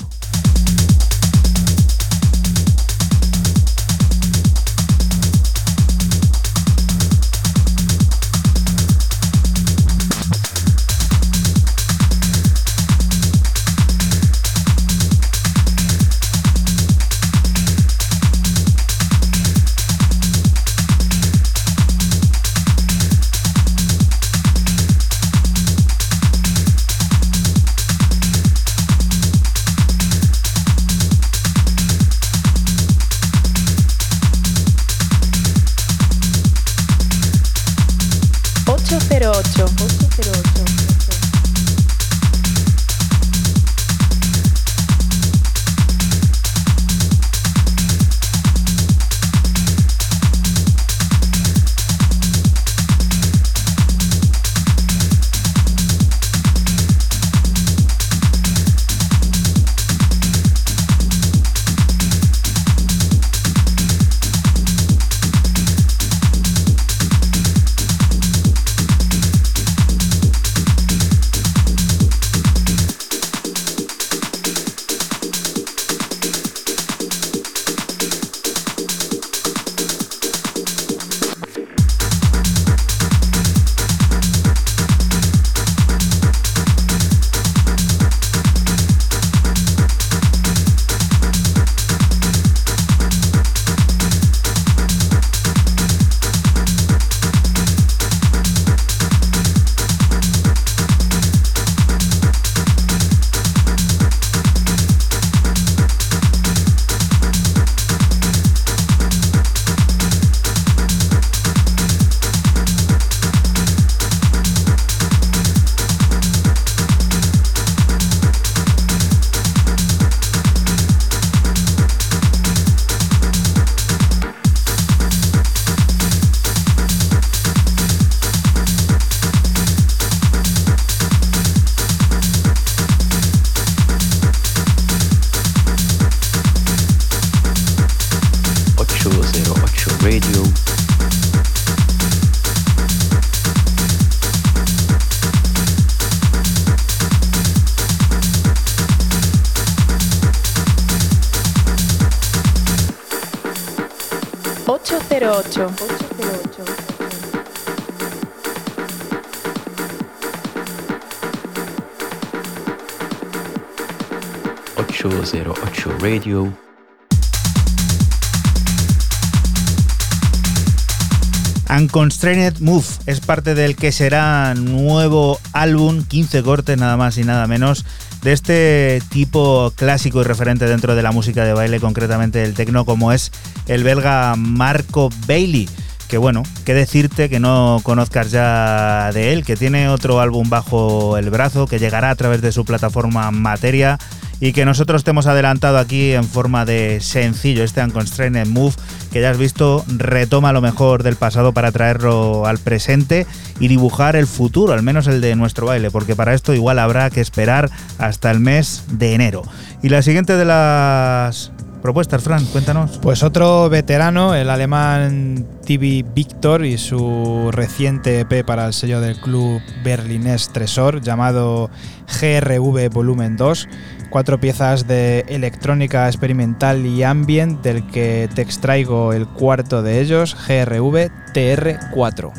ocho cero ocho. Radio. ocho cero ocho. ocho cero ocho Radio. Unconstrained Move es parte del que será nuevo álbum, quince cortes nada más y nada menos, de este tipo clásico y referente dentro de la música de baile, concretamente del techno, como es el belga Marco Bailey. Que bueno, qué decirte que no conozcas ya de él, que tiene otro álbum bajo el brazo, que llegará a través de su plataforma Materia y que nosotros te hemos adelantado aquí en forma de sencillo, este Unconstrained Move, que ya has visto, retoma lo mejor del pasado para traerlo al presente y dibujar el futuro, al menos el de nuestro baile, porque para esto igual habrá que esperar hasta el mes de enero. Y la siguiente de las propuestas, Fran, cuéntanos. Pues otro veterano, el alemán T V Victor, y su reciente E P para el sello del club berlinés Tresor, llamado G R V Volumen dos. Cuatro piezas de electrónica experimental y ambient, del que te extraigo el cuarto de ellos, G R V T R cuatro.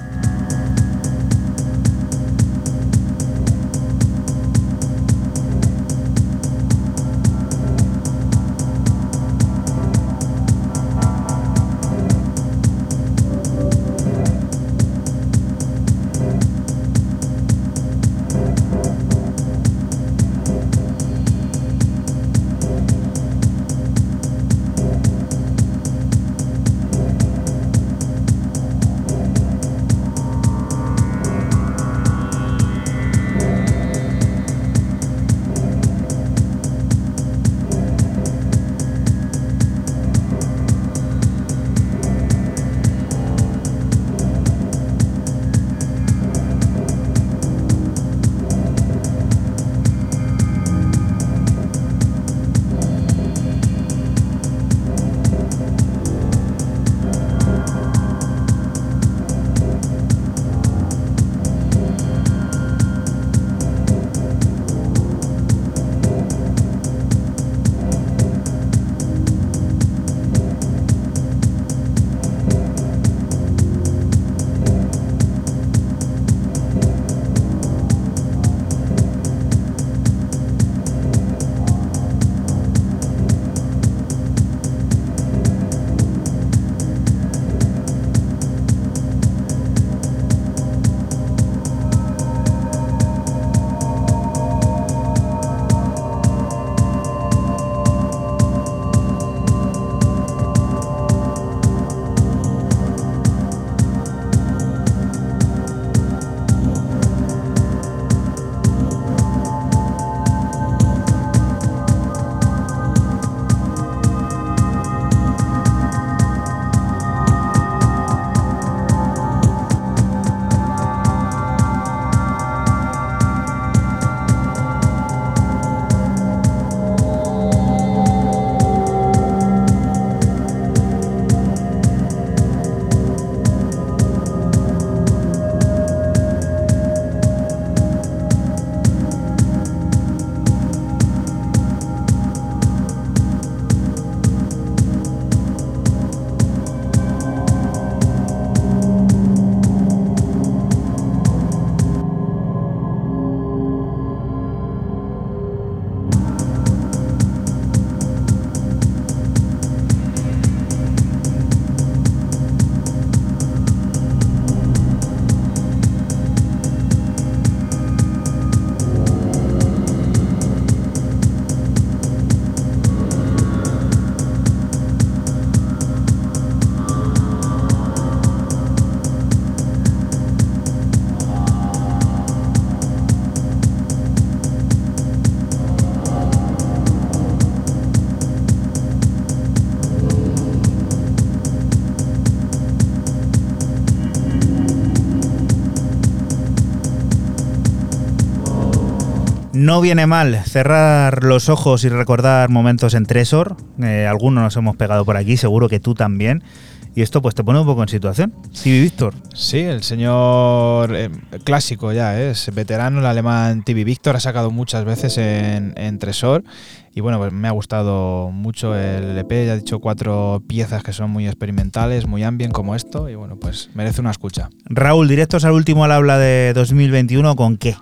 No viene mal cerrar los ojos y recordar momentos en Tresor. Eh, algunos nos hemos pegado por aquí, seguro que tú también. Y esto pues te pone un poco en situación. T V Victor. Sí, el señor eh, clásico ya, ¿eh? Es veterano, el alemán T V Victor, ha sacado muchas veces en, en Tresor. Y bueno, pues me ha gustado mucho el E P, ya he dicho cuatro piezas que son muy experimentales, muy ambient como esto. Y bueno, pues merece una escucha. Raúl, directos al último al habla de dos mil veintiuno, ¿con qué?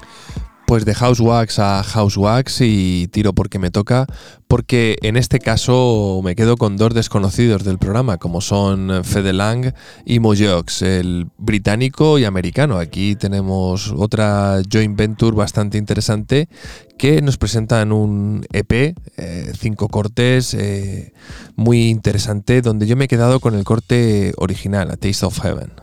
Pues de Housewax a Housewax y tiro porque me toca, porque en este caso me quedo con dos desconocidos del programa, como son Fede Lang y Mojox, el británico y americano. Aquí tenemos otra joint venture bastante interesante que nos presentan un E P, eh, cinco cortes, eh, muy interesante, donde yo me he quedado con el corte original, A Taste of Heaven.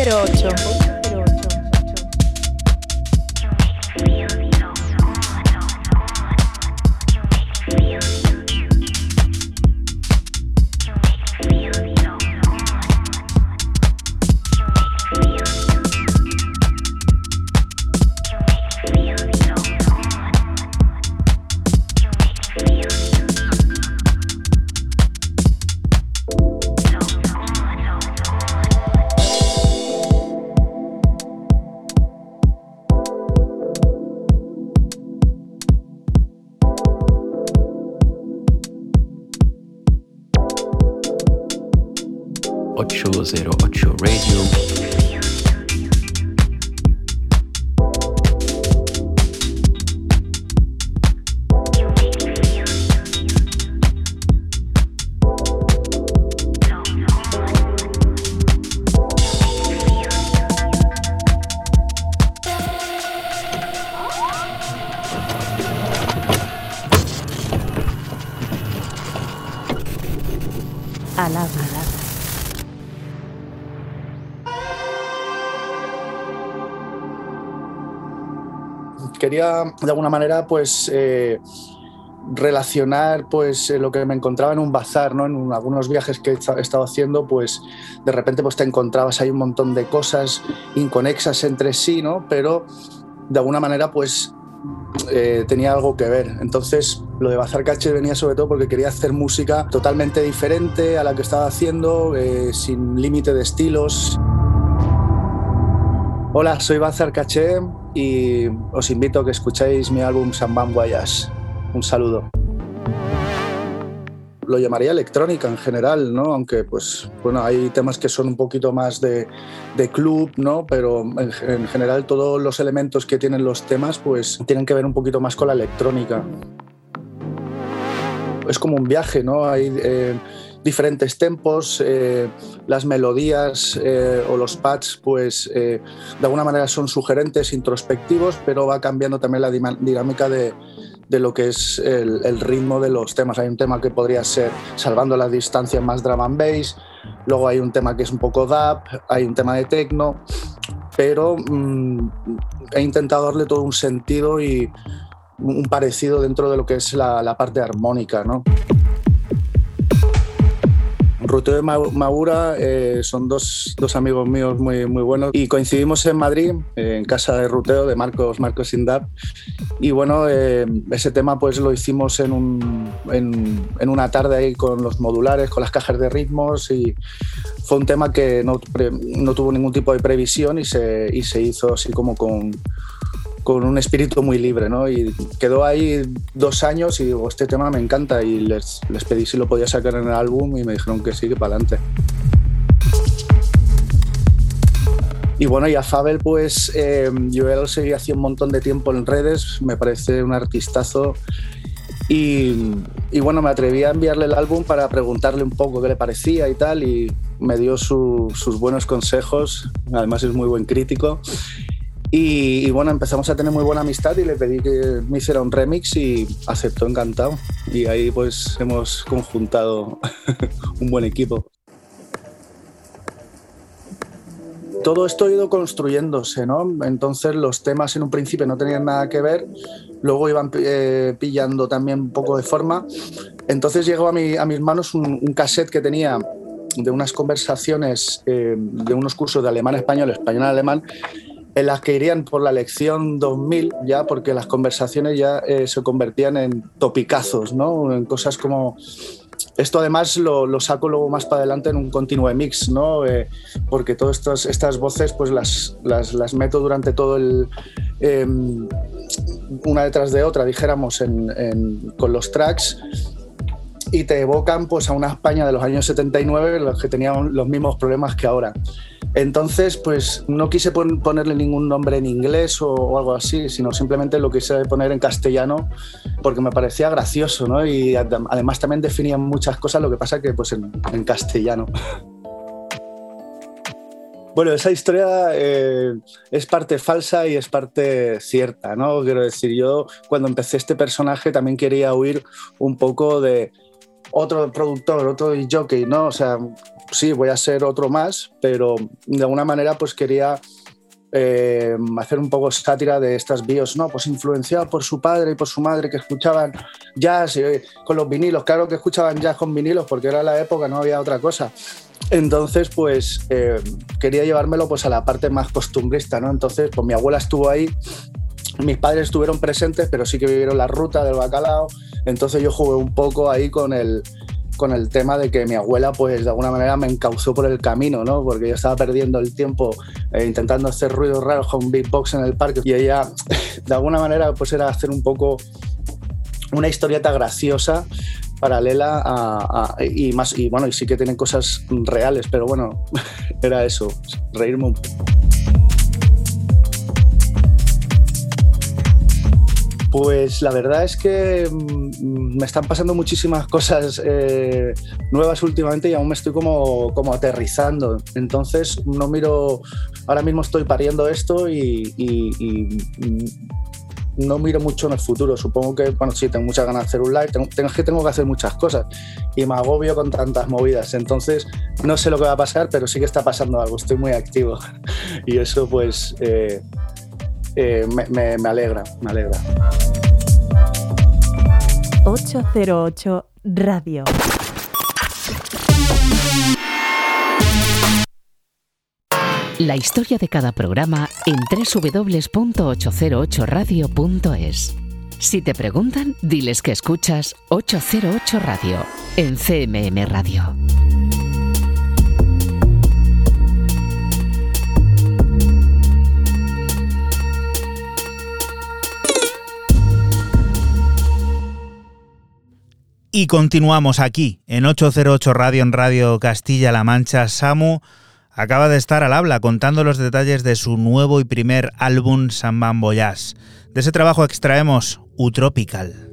cero ocho. ocho cero ocho Radio. Alaba. Quería de alguna manera pues eh, relacionar pues eh, lo que me encontraba en un bazar, ¿no? En un, algunos viajes que he estado haciendo, pues de repente pues te encontrabas ahí un montón de cosas inconexas entre sí, ¿no? Pero de alguna manera pues eh, tenía algo que ver. Entonces lo de Bazar Caché venía sobre todo porque quería hacer música totalmente diferente a la que estaba haciendo, eh, sin límite de estilos. Hola, soy Bazar Caché y os invito a que escuchéis mi álbum Sambam Guayas. Un saludo. Lo llamaría electrónica en general, ¿no? Aunque pues bueno, hay temas que son un poquito más de, de club, ¿no? Pero en, en general todos los elementos que tienen los temas pues tienen que ver un poquito más con la electrónica. Es como un viaje, ¿no? Hay eh, diferentes tempos, eh, las melodías eh, o los pads pues eh, de alguna manera son sugerentes, introspectivos, pero va cambiando también la dinámica de, de lo que es el, el ritmo de los temas. Hay un tema que podría ser, salvando las distancias, más drum and bass, luego hay un tema que es un poco dub, hay un tema de techno, pero mmm, he intentado darle todo un sentido y un parecido dentro de lo que es la, la parte armónica, ¿no? Ruteo y Magura eh, son dos, dos amigos míos muy, muy buenos y coincidimos en Madrid, eh, en casa de Ruteo, de Marcos, Marcos Indab. Y bueno, eh, ese tema pues lo hicimos en, un, en, en una tarde ahí con los modulares, con las cajas de ritmos, y fue un tema que no, no tuvo ningún tipo de previsión y se, y se hizo así como con... con un espíritu muy libre, ¿no? Y quedó ahí dos años y digo, este tema me encanta, y les, les pedí si lo podía sacar en el álbum y me dijeron que sí, que para adelante. Y bueno, y a Fabel pues eh, yo ya lo seguí hace un montón de tiempo en redes, me parece un artistazo, y, y bueno, me atreví a enviarle el álbum para preguntarle un poco qué le parecía y tal, y me dio su, sus buenos consejos, además es muy buen crítico. Y, y bueno, empezamos a tener muy buena amistad y le pedí que me hiciera un remix y aceptó encantado. Y ahí pues hemos conjuntado un buen equipo. Todo esto ha ido construyéndose, ¿no? Entonces los temas en un principio no tenían nada que ver, luego iban eh, pillando también un poco de forma. Entonces llegó a, mi, a mis manos un, un cassette que tenía de unas conversaciones, eh, de unos cursos de alemán-español, español-alemán, en las que irían por la lección dos mil ya, porque las conversaciones ya eh, se convertían en topicazos, ¿no? En cosas como... Esto además lo, lo saco luego más para adelante en un continuo mix, ¿no? Eh, porque todas estas, estas voces pues las, las, las meto durante todo el... Eh, una detrás de otra, dijéramos, en, en, con los tracks, y te evocan pues a una España de los años setenta y nueve en los que tenían los mismos problemas que ahora. Entonces, pues no quise pon- ponerle ningún nombre en inglés o, o algo así, sino simplemente lo quise poner en castellano porque me parecía gracioso, ¿no? Y ad- además también definían muchas cosas, lo que pasa que pues en, en castellano. Bueno, esa historia eh, es parte falsa y es parte cierta, ¿no? Quiero decir, yo cuando empecé este personaje también quería huir un poco de... otro productor, otro jockey, ¿no? O sea, sí, voy a ser otro más, pero de alguna manera pues quería eh, hacer un poco sátira de estas bios, ¿no? Pues influenciado por su padre y por su madre que escuchaban jazz y, con los vinilos. Claro que escuchaban jazz con vinilos porque era la época, no había otra cosa. Entonces, pues eh, quería llevármelo pues a la parte más costumbrista, ¿no? Entonces, pues mi abuela estuvo ahí, mis padres estuvieron presentes, pero sí que vivieron la ruta del bacalao. Entonces yo jugué un poco ahí con el, con el tema de que mi abuela, pues de alguna manera me encauzó por el camino, ¿no? Porque yo estaba perdiendo el tiempo eh, intentando hacer ruidos raros con un beatbox en el parque y ella, de alguna manera, pues era hacer un poco una historieta graciosa paralela a, a, y más, y bueno, y sí que tienen cosas reales, pero bueno, era eso, reírme un poco. Pues la verdad es que me están pasando muchísimas cosas eh, nuevas últimamente y aún me estoy como, como aterrizando. Entonces no miro, ahora mismo estoy pariendo esto y, y, y no miro mucho en el futuro. Supongo que, bueno, sí, tengo muchas ganas de hacer un live, tengo, tengo, que tengo que hacer muchas cosas y me agobio con tantas movidas. Entonces no sé lo que va a pasar, pero sí que está pasando algo, estoy muy activo y eso pues... Eh, Eh, me, me, me alegra, me alegra. ocho cero ocho Radio. La historia de cada programa en doble u doble u doble u punto ocho cero ocho radio punto es. Si te preguntan, diles que escuchas ocho cero ocho Radio en C M M Radio. Y continuamos aquí, en ocho cero ocho Radio, en Radio Castilla-La Mancha. Samu acaba de estar al habla contando los detalles de su nuevo y primer álbum, Sambam Voyage. De ese trabajo extraemos Utropical.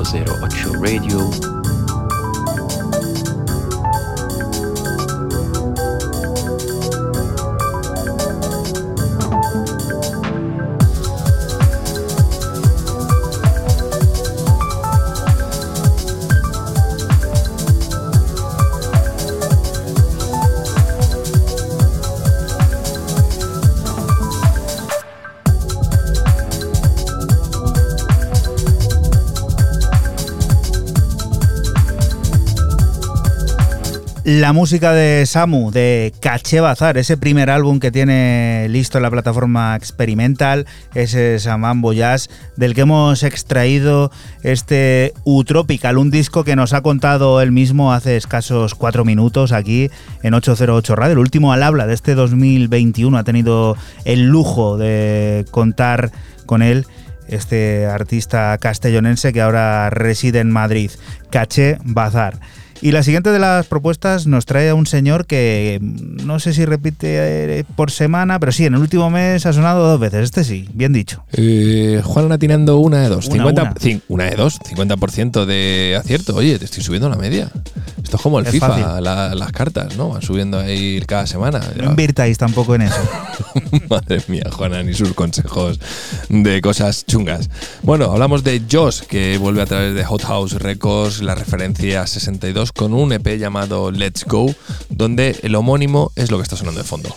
cero ocho Radio. La música de Samu, de Caché Bazar, ese primer álbum que tiene listo en la plataforma Experimental, ese Samambo Jazz, del que hemos extraído este Utropical, un disco que nos ha contado él mismo hace escasos cuatro minutos aquí en ocho cero ocho Radio. El último al habla de este dos mil veintiuno ha tenido el lujo de contar con él, este artista castellonense que ahora reside en Madrid, Caché Bazar. Y la siguiente de las propuestas nos trae a un señor que no sé si repite por semana, pero sí, en el último mes ha sonado dos veces. Este sí, bien dicho. Eh, Juan Latinando una de dos. Una, cincuenta, una. Cin, una de dos, cincuenta por ciento de acierto. Oye, te estoy subiendo la media. Esto es como el Es FIFA, la, las cartas, ¿no? Van subiendo ahí cada semana. No invirtáis tampoco en eso. Madre mía, Juana, ni sus consejos de cosas chungas. Bueno, hablamos de Josh, que vuelve a través de Hot House Records, la referencia sesenta y dos, con un E P llamado Let's Go, donde el homónimo es lo que está sonando de fondo.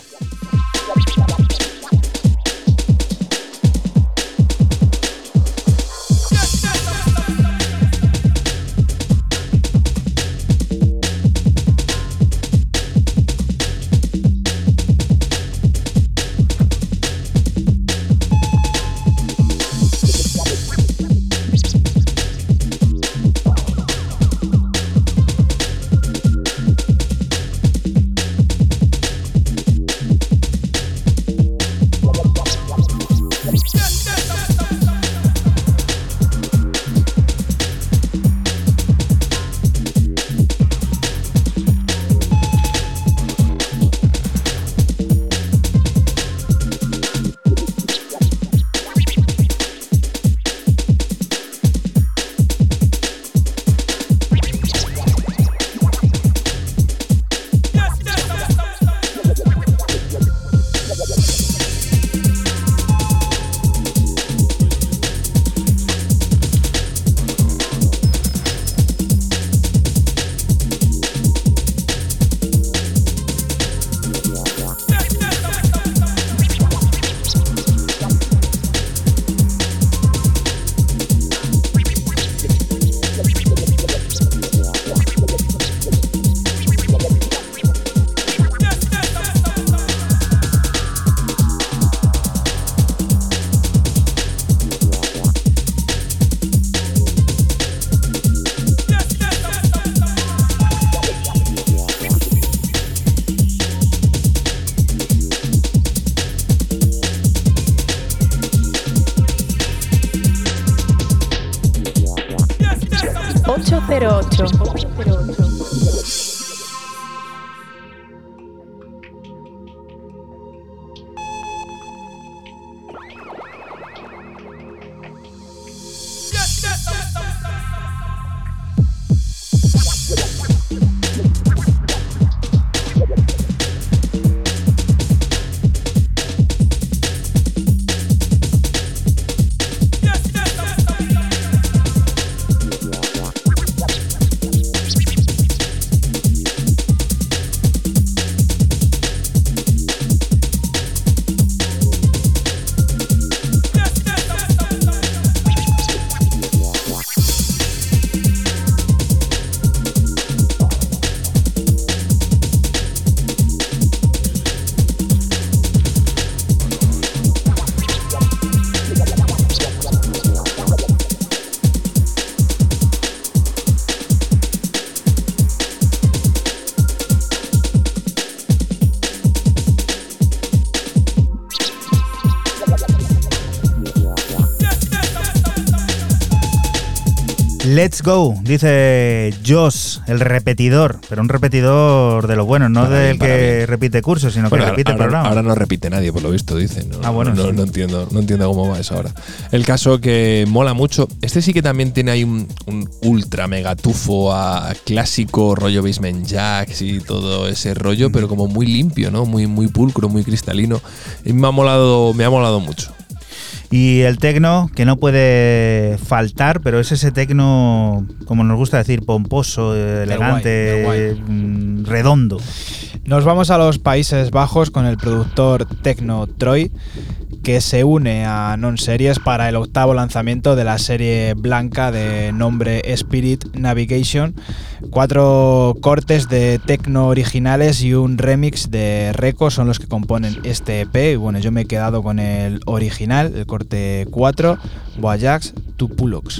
ocho cero ocho. Let's go, dice Joss, el repetidor, pero un repetidor de lo bueno, no Para del bien, que bien. repite cursos, sino Bueno, que repite ahora, programas. ahora no repite nadie, por lo visto, dicen. No, Ah, bueno, no, sí. no entiendo, no entiendo cómo va eso ahora. El caso que mola mucho. Este sí que también tiene ahí un, un ultra mega tufo a clásico rollo Basement Jacks y todo ese rollo, mm. pero como muy limpio, ¿no? Muy, muy pulcro, muy cristalino. Y me ha molado, me ha molado mucho. Y el tecno, que no puede faltar, pero es ese tecno, como nos gusta decir, pomposo, elegante, del guay, del guay. redondo. Nos vamos a los Países Bajos con el productor Tecno Troy, que se une a Non Series para el octavo lanzamiento de la serie blanca de nombre Spirit Navigation. Cuatro cortes de techno originales y un remix de Reco son los que componen este E P. Y bueno, yo me he quedado con el original, el corte cuatro, Voyax to Pulox.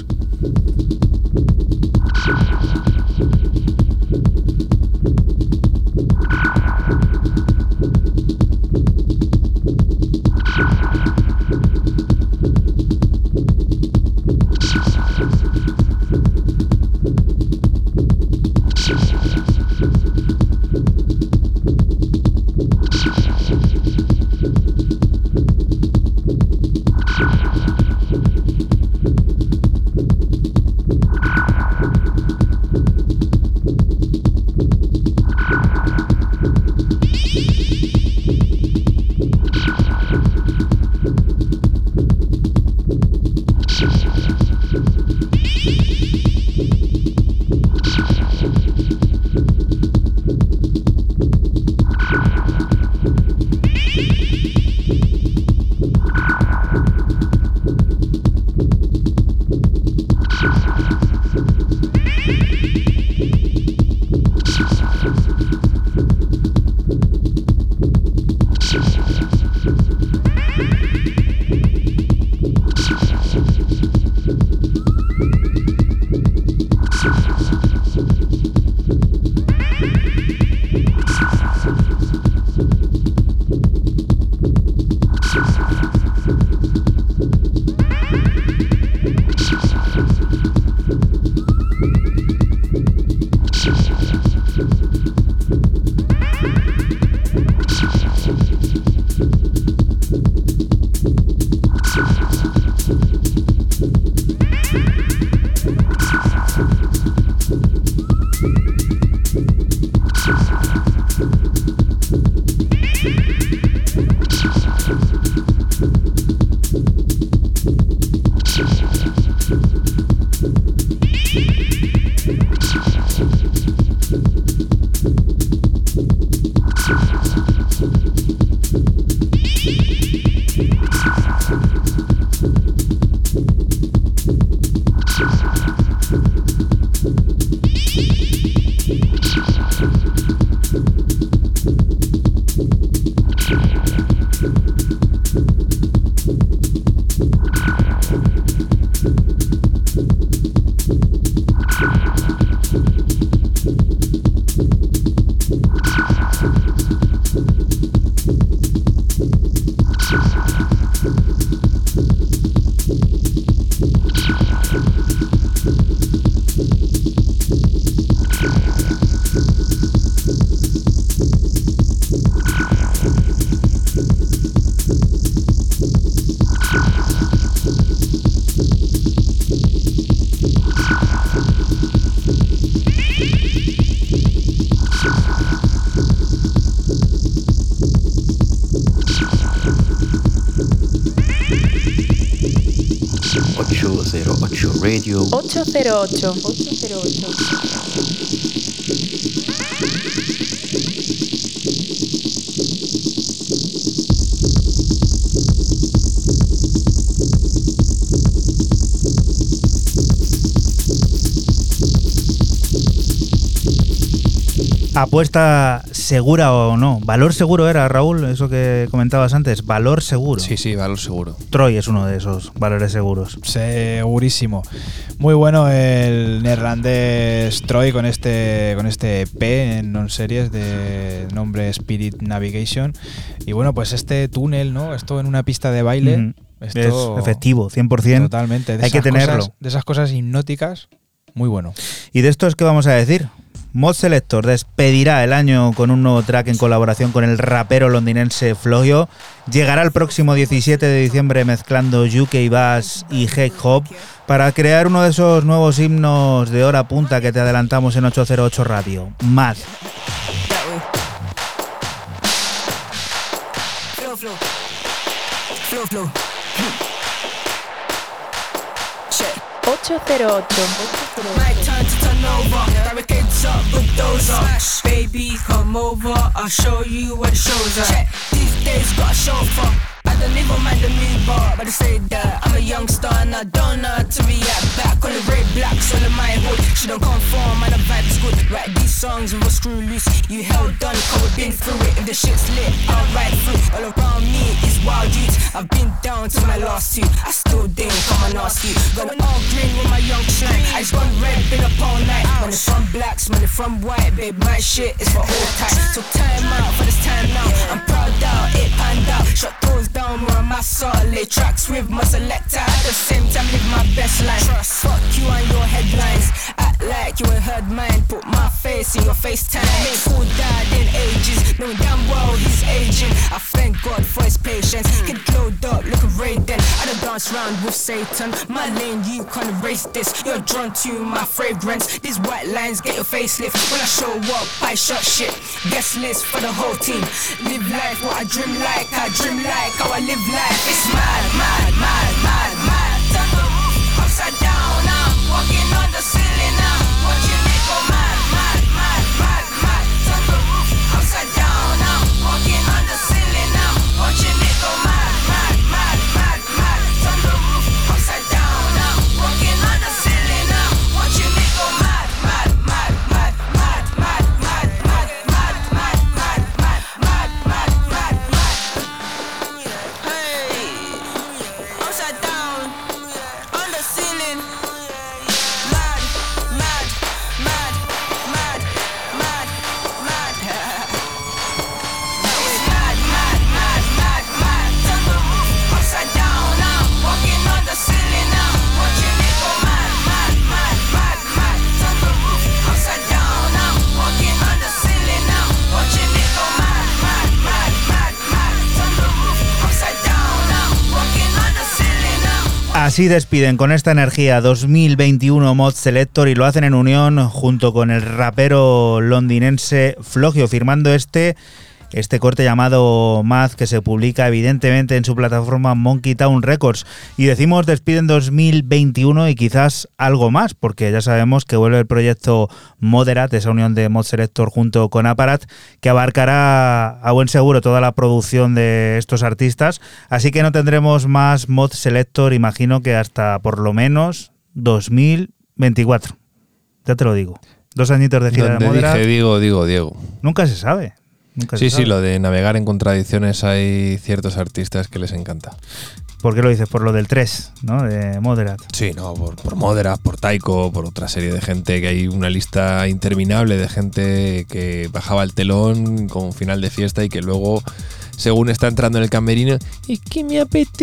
ocho cero ocho Radio. ocho cero ocho. ocho cero ocho. Apuesta segura o no. Valor seguro era, Raúl, eso que comentabas antes. Valor seguro. Sí, sí, valor seguro. Troy es uno de esos valores seguros. Segurísimo. Muy bueno el neerlandés Troy con este con este E P en Non Series de nombre Spirit Navigation. Y bueno, pues este túnel, ¿no? Esto en una pista de baile. Mm-hmm. Esto es efectivo, cien por ciento. Totalmente. De Hay que tenerlo. Cosas, de esas cosas hipnóticas. muy bueno. ¿Y de esto es qué vamos a decir? Mod Selector despedirá el año con un nuevo track en colaboración con el rapero londinense Flogio. Llegará el próximo diecisiete de diciembre mezclando U K Bass y Hip Hop para crear uno de esos nuevos himnos de hora punta que te adelantamos en ocho cero ocho Radio. Mad. Flow, flow. Flow, flow. ocho cero ocho. My turn to turn over. Barricades up, bulldozer. Smash, baby, come over. I'll show you where the shows are. Check. These days got a chauffeur. I don't even mind the new bar, but I say that I'm a youngster and I don't know how to react back. On the red blacks all in my hood. She don't conform and the vibe's good. Write these songs with a screw loose. You held on, cause we've been through it. If the shit's lit, I'll ride through. All around me is wild youths. I've been down to my last two. I still didn't come and ask you. Got an all green with my young slime. I just gone red, been up all night. When it's from blacks, when it's from white, babe, my shit is for all time. So time out for this time now. I'm proud out, it panned out. Shut doors down, more on my solid tracks with my selector. At the same time, live my best line. Trust, fuck you and your headlines. Act like you ain't heard mine. Put my face in your FaceTime. Ain't cool dad in ages, knowing damn well he's aging. I thank God for his patience. Get glowed up, look at Raiden. I don't dance round with Satan. My lane, you can't erase this. You're drawn to my fragrance. These white lines get your facelift. When I show up, I shut shit. Guest list for the whole team. Live life what I dream like. I dream like how I live life. It's mad, mad, mad, mad, mad. Turn the roof upside down. I'm walking on the ceiling now. Watching it go mad, mad, mad, mad, mad. Turn the roof upside down. I'm walking on the ceiling now. Watching it go mad, mad, mad, mad, mad. Turn the roof upside down. I'm walking on the ceiling now. Watching it go mad, mad, mad, mad, mad, mad, mad, mad, mad, mad, mad, mad, mad, mad, mad, mad. Hey, upside down on the ceiling. Mad, mad, mad, mad, mad, mad. It's mad, mad, mad, mad, mad. Turn the roof upside down. I'm walking on the ceiling now. Watching it go mad, mad, mad, mad, mad. Turn the roof upside down. I'm walking on the ceiling now. Watching it go mad, mad, mad, mad, mad. Turn the roof upside down. I'm walking on the ceiling now. Así despiden con esta energía dos mil veintiuno Mod Selector y lo hacen en unión junto con el rapero londinense Flogio, firmando este, este corte llamado Mad, que se publica evidentemente en su plataforma Monkey Town Records. Y decimos despiden dos mil veintiuno y quizás algo más, porque ya sabemos que vuelve el proyecto Moderat, esa unión de Mod Selector junto con Aparat, que abarcará a buen seguro toda la producción de estos artistas. Así que no tendremos más Mod Selector, imagino que hasta por lo menos dos mil veinticuatro. Ya te lo digo. Dos añitos de gira Donde de Moderat. dije digo, digo, Diego. Nunca se sabe. Nunca Sí, se sí, sabe. lo de navegar en contradicciones hay ciertos artistas que les encanta. ¿Por qué lo dices? Por lo del tres, ¿no? De Moderat. Sí, no, por, por Moderat, por Taiko, por otra serie de gente, que hay una lista interminable de gente que bajaba el telón con final de fiesta y que luego, según está entrando en el camerino, es que me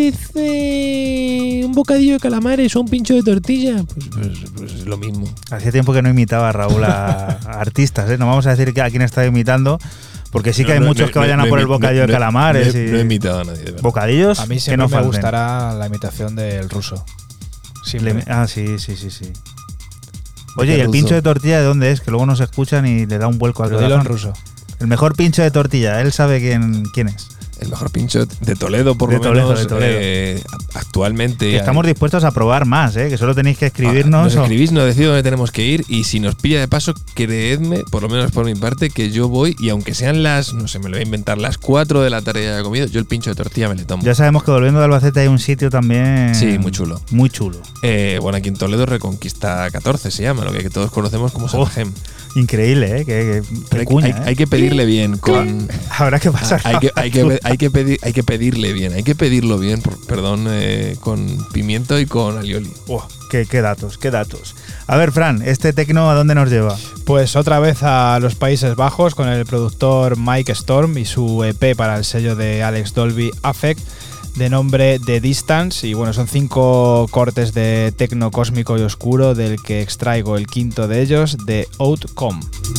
apetece un bocadillo de calamares o un pincho de tortilla. Pues, pues, pues es lo mismo. Hacía tiempo que no imitaba a Raúl a, a artistas, ¿eh? No vamos a decir que a quién está imitando, porque sí que hay No, no, muchos no, que vayan no, a por no, el bocadillo no, de calamares. no, y no he imitado a nadie, de verdad. Bocadillos A mí que siempre no me falten. gustará la imitación del ruso. Siempre. Le- ah, sí, sí, sí, sí. Oye, ¿y el ruso? pincho de tortilla de dónde es? Que luego no se escuchan y le da un vuelco al Pero dilo en corazón. ruso. El mejor pincho de tortilla, él sabe quién, quién es. El mejor pincho de Toledo, por De lo Toledo, menos, de Toledo. eh, actualmente. Que estamos dispuestos a probar más, ¿eh? Que solo tenéis que escribirnos. Ah, nos o- escribís, nos decís dónde tenemos que ir y si nos pilla de paso, creedme, por lo menos por mi parte, que yo voy y aunque sean las, no sé, me lo voy a inventar, las cuatro de la tarde ya he comido, yo el pincho de tortilla me le tomo. Ya sabemos que volviendo de Albacete hay un sitio también. Sí, muy chulo. Muy chulo. Eh, bueno, aquí en Toledo Reconquista catorce se llama, lo que todos conocemos como San Oh, Gem. Increíble, ¿eh? Que, que- que Hay, cuña, hay- ¿eh? hay que pedirle bien con. Habrá que pasar. Hay que, hay, que, hay, que pedir, hay que pedirle bien, hay que pedirlo bien, por- perdón, eh, con pimiento y con alioli. Buah, qué, qué datos, qué datos. A ver, Fran, ¿este tecno a dónde nos lleva? Pues otra vez a los Países Bajos con el productor Mike Storm y su E P para el sello de Alex Dolby Affect. de nombre The Distance, y bueno, son cinco cortes de tecno cósmico y oscuro, del que extraigo el quinto de ellos, The Outcome.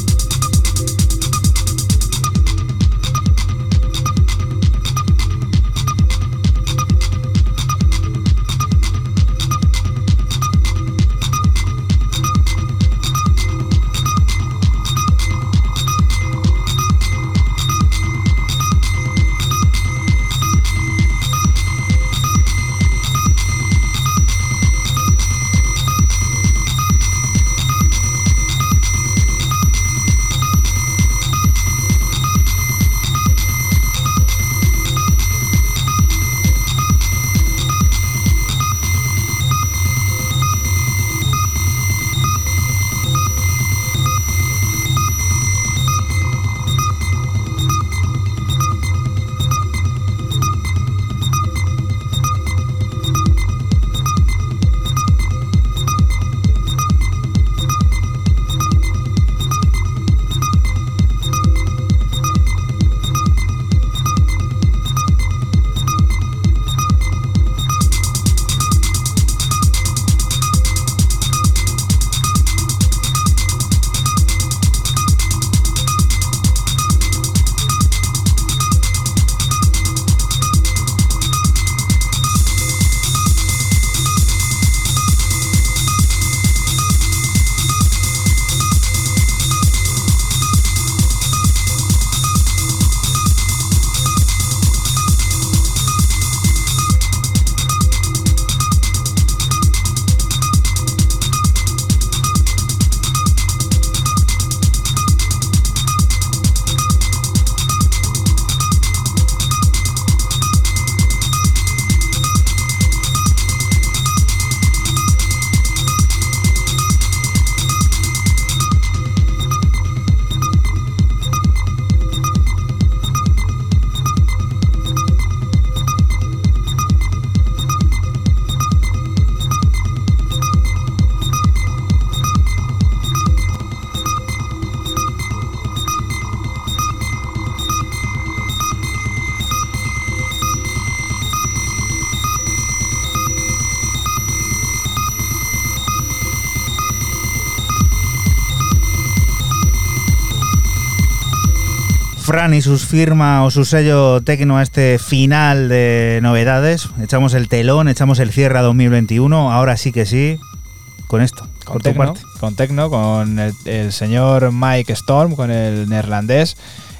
Fran y sus firma o su sello tecno a este final de novedades. Echamos el telón, echamos el cierre a dos mil veintiuno. Ahora sí que sí, con esto, con por tecno, tu parte. Con tecno, con el, el señor Mike Storm, con el neerlandés.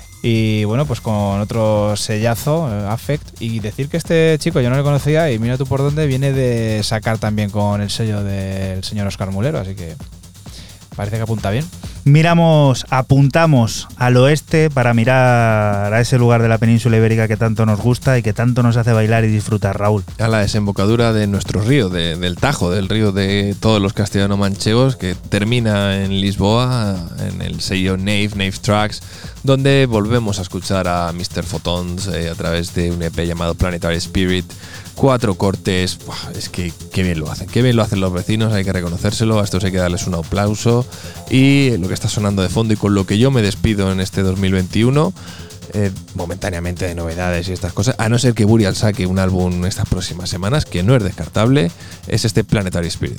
Y bueno, pues con otro sellazo, eh, Affect. Y decir que este chico yo no le conocía, y mira tú por dónde, viene de sacar también con el sello del señor Oscar Mulero, así que parece que apunta bien. Miramos, apuntamos al oeste para mirar a ese lugar de la península ibérica que tanto nos gusta y que tanto nos hace bailar y disfrutar, Raúl. A la desembocadura de nuestro río, de, del Tajo, del río de todos los castellano-manchegos, que termina en Lisboa, en el sello Nave, Nave Tracks, donde volvemos a escuchar a mister Photons eh, a través de un E P llamado Planetary Spirit. Cuatro cortes, ¡buah! Es que qué bien lo hacen, qué bien lo hacen los vecinos, hay que reconocérselo, a estos hay que darles un aplauso. Y lo que está sonando de fondo y con lo que yo me despido en este dos mil veintiuno, eh, momentáneamente de novedades y estas cosas, a no ser que Burial saque un álbum estas próximas semanas, que no es descartable, es este Planetary Spirit.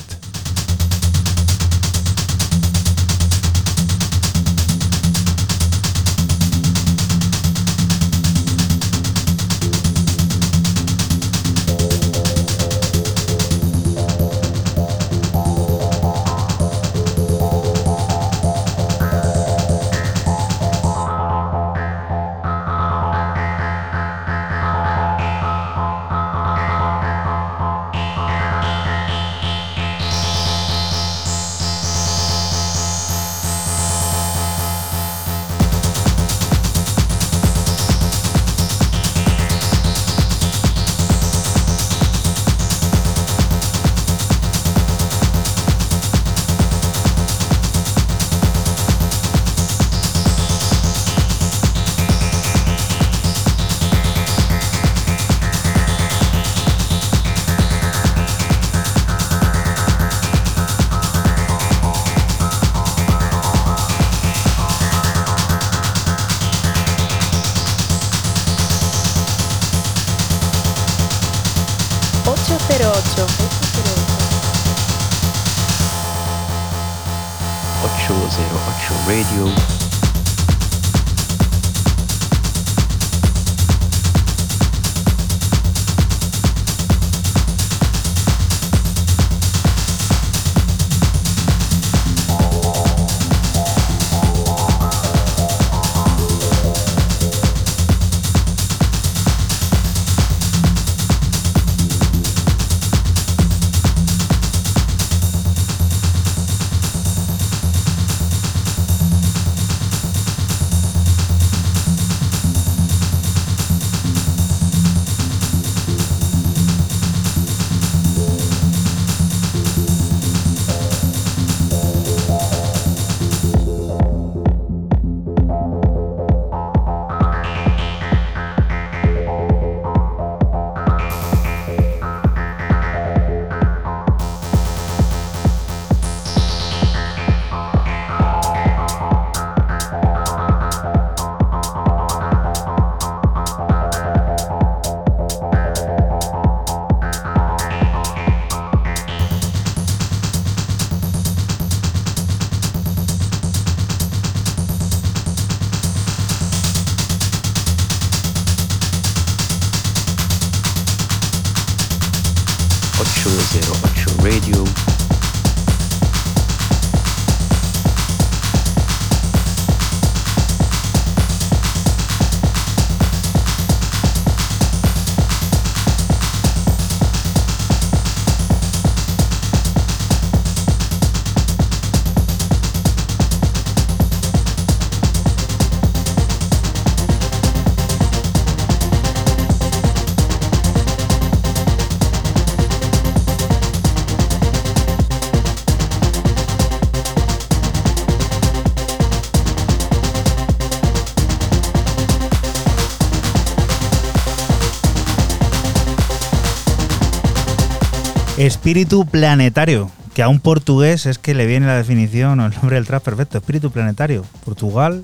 ocho. ocho cero ocho Radio. ocho cero ocho Radio. Espíritu planetario, que a un portugués es que le viene la definición o el nombre del trap perfecto. Espíritu planetario. Portugal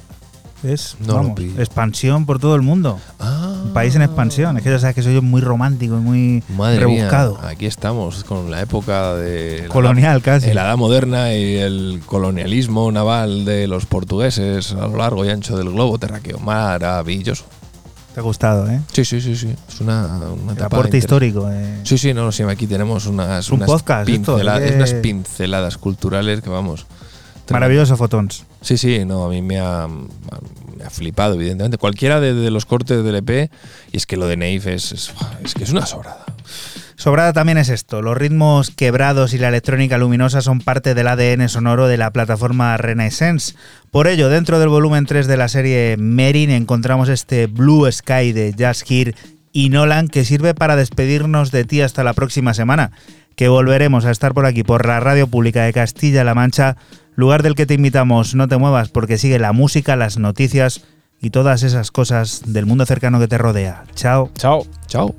es No lo vamos, pillo. expansión por todo el mundo. Ah. Un país en expansión. Es que ya sabes que soy yo muy romántico y muy Madre rebuscado. mía, aquí estamos con la época de la Colonial, edad, casi. La edad moderna y el colonialismo naval de los portugueses a lo largo y ancho del globo terráqueo. Maravilloso. Te ha gustado, ¿eh? Sí, sí, sí, sí. Es una, una El etapa aporte inter- histórico. Eh. Sí, sí, no, sí, aquí tenemos unas, Es un unas, podcast esto, pincela- es que- unas pinceladas culturales que vamos. Maravilloso, Fotons. Sí, sí, no, a mí me ha, me ha flipado, evidentemente. Cualquiera de, de los cortes del E P, y es que lo de Neif es, es, es que es una sobrada. Sobrada también es esto. Los ritmos quebrados y la electrónica luminosa son parte del A D N sonoro de la plataforma Renaissance. Por ello, dentro del volumen tres de la serie Merin encontramos este Blue Sky de Just Here y Nolan, que sirve para despedirnos de ti hasta la próxima semana, que volveremos a estar por aquí, por la Radio Pública de Castilla-La Mancha, lugar del que te invitamos. No te muevas, porque sigue la música, las noticias y todas esas cosas del mundo cercano que te rodea. Chao. Chao. Chao.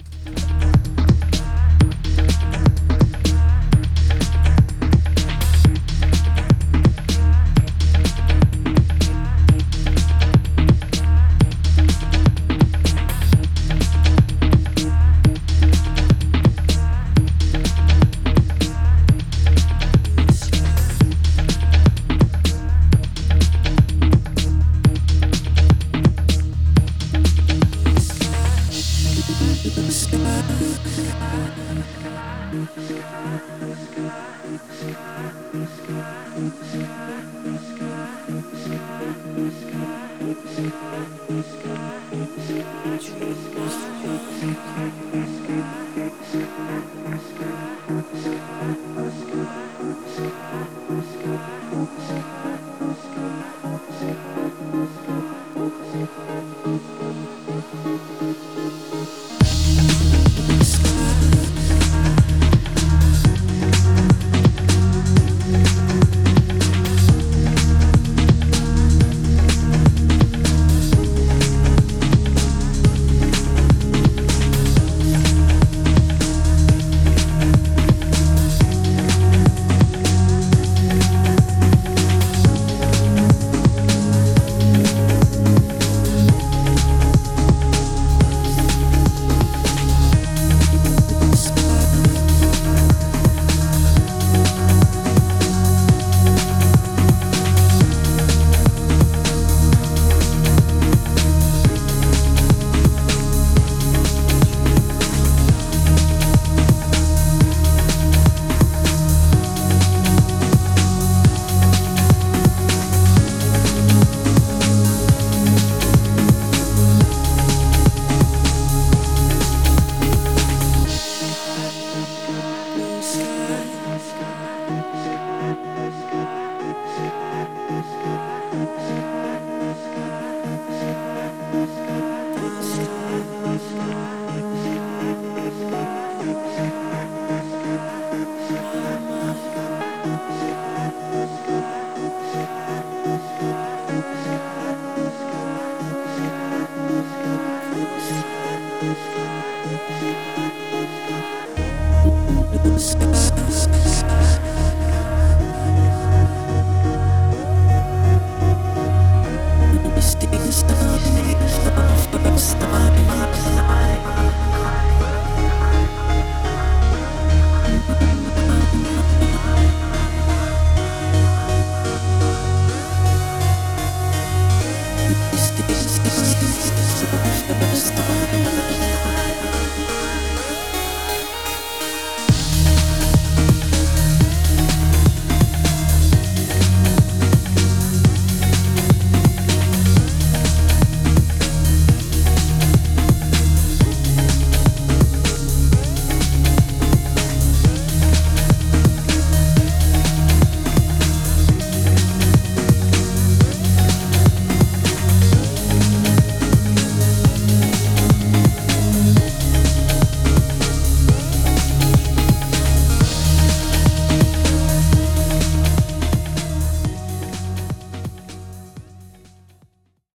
Sky.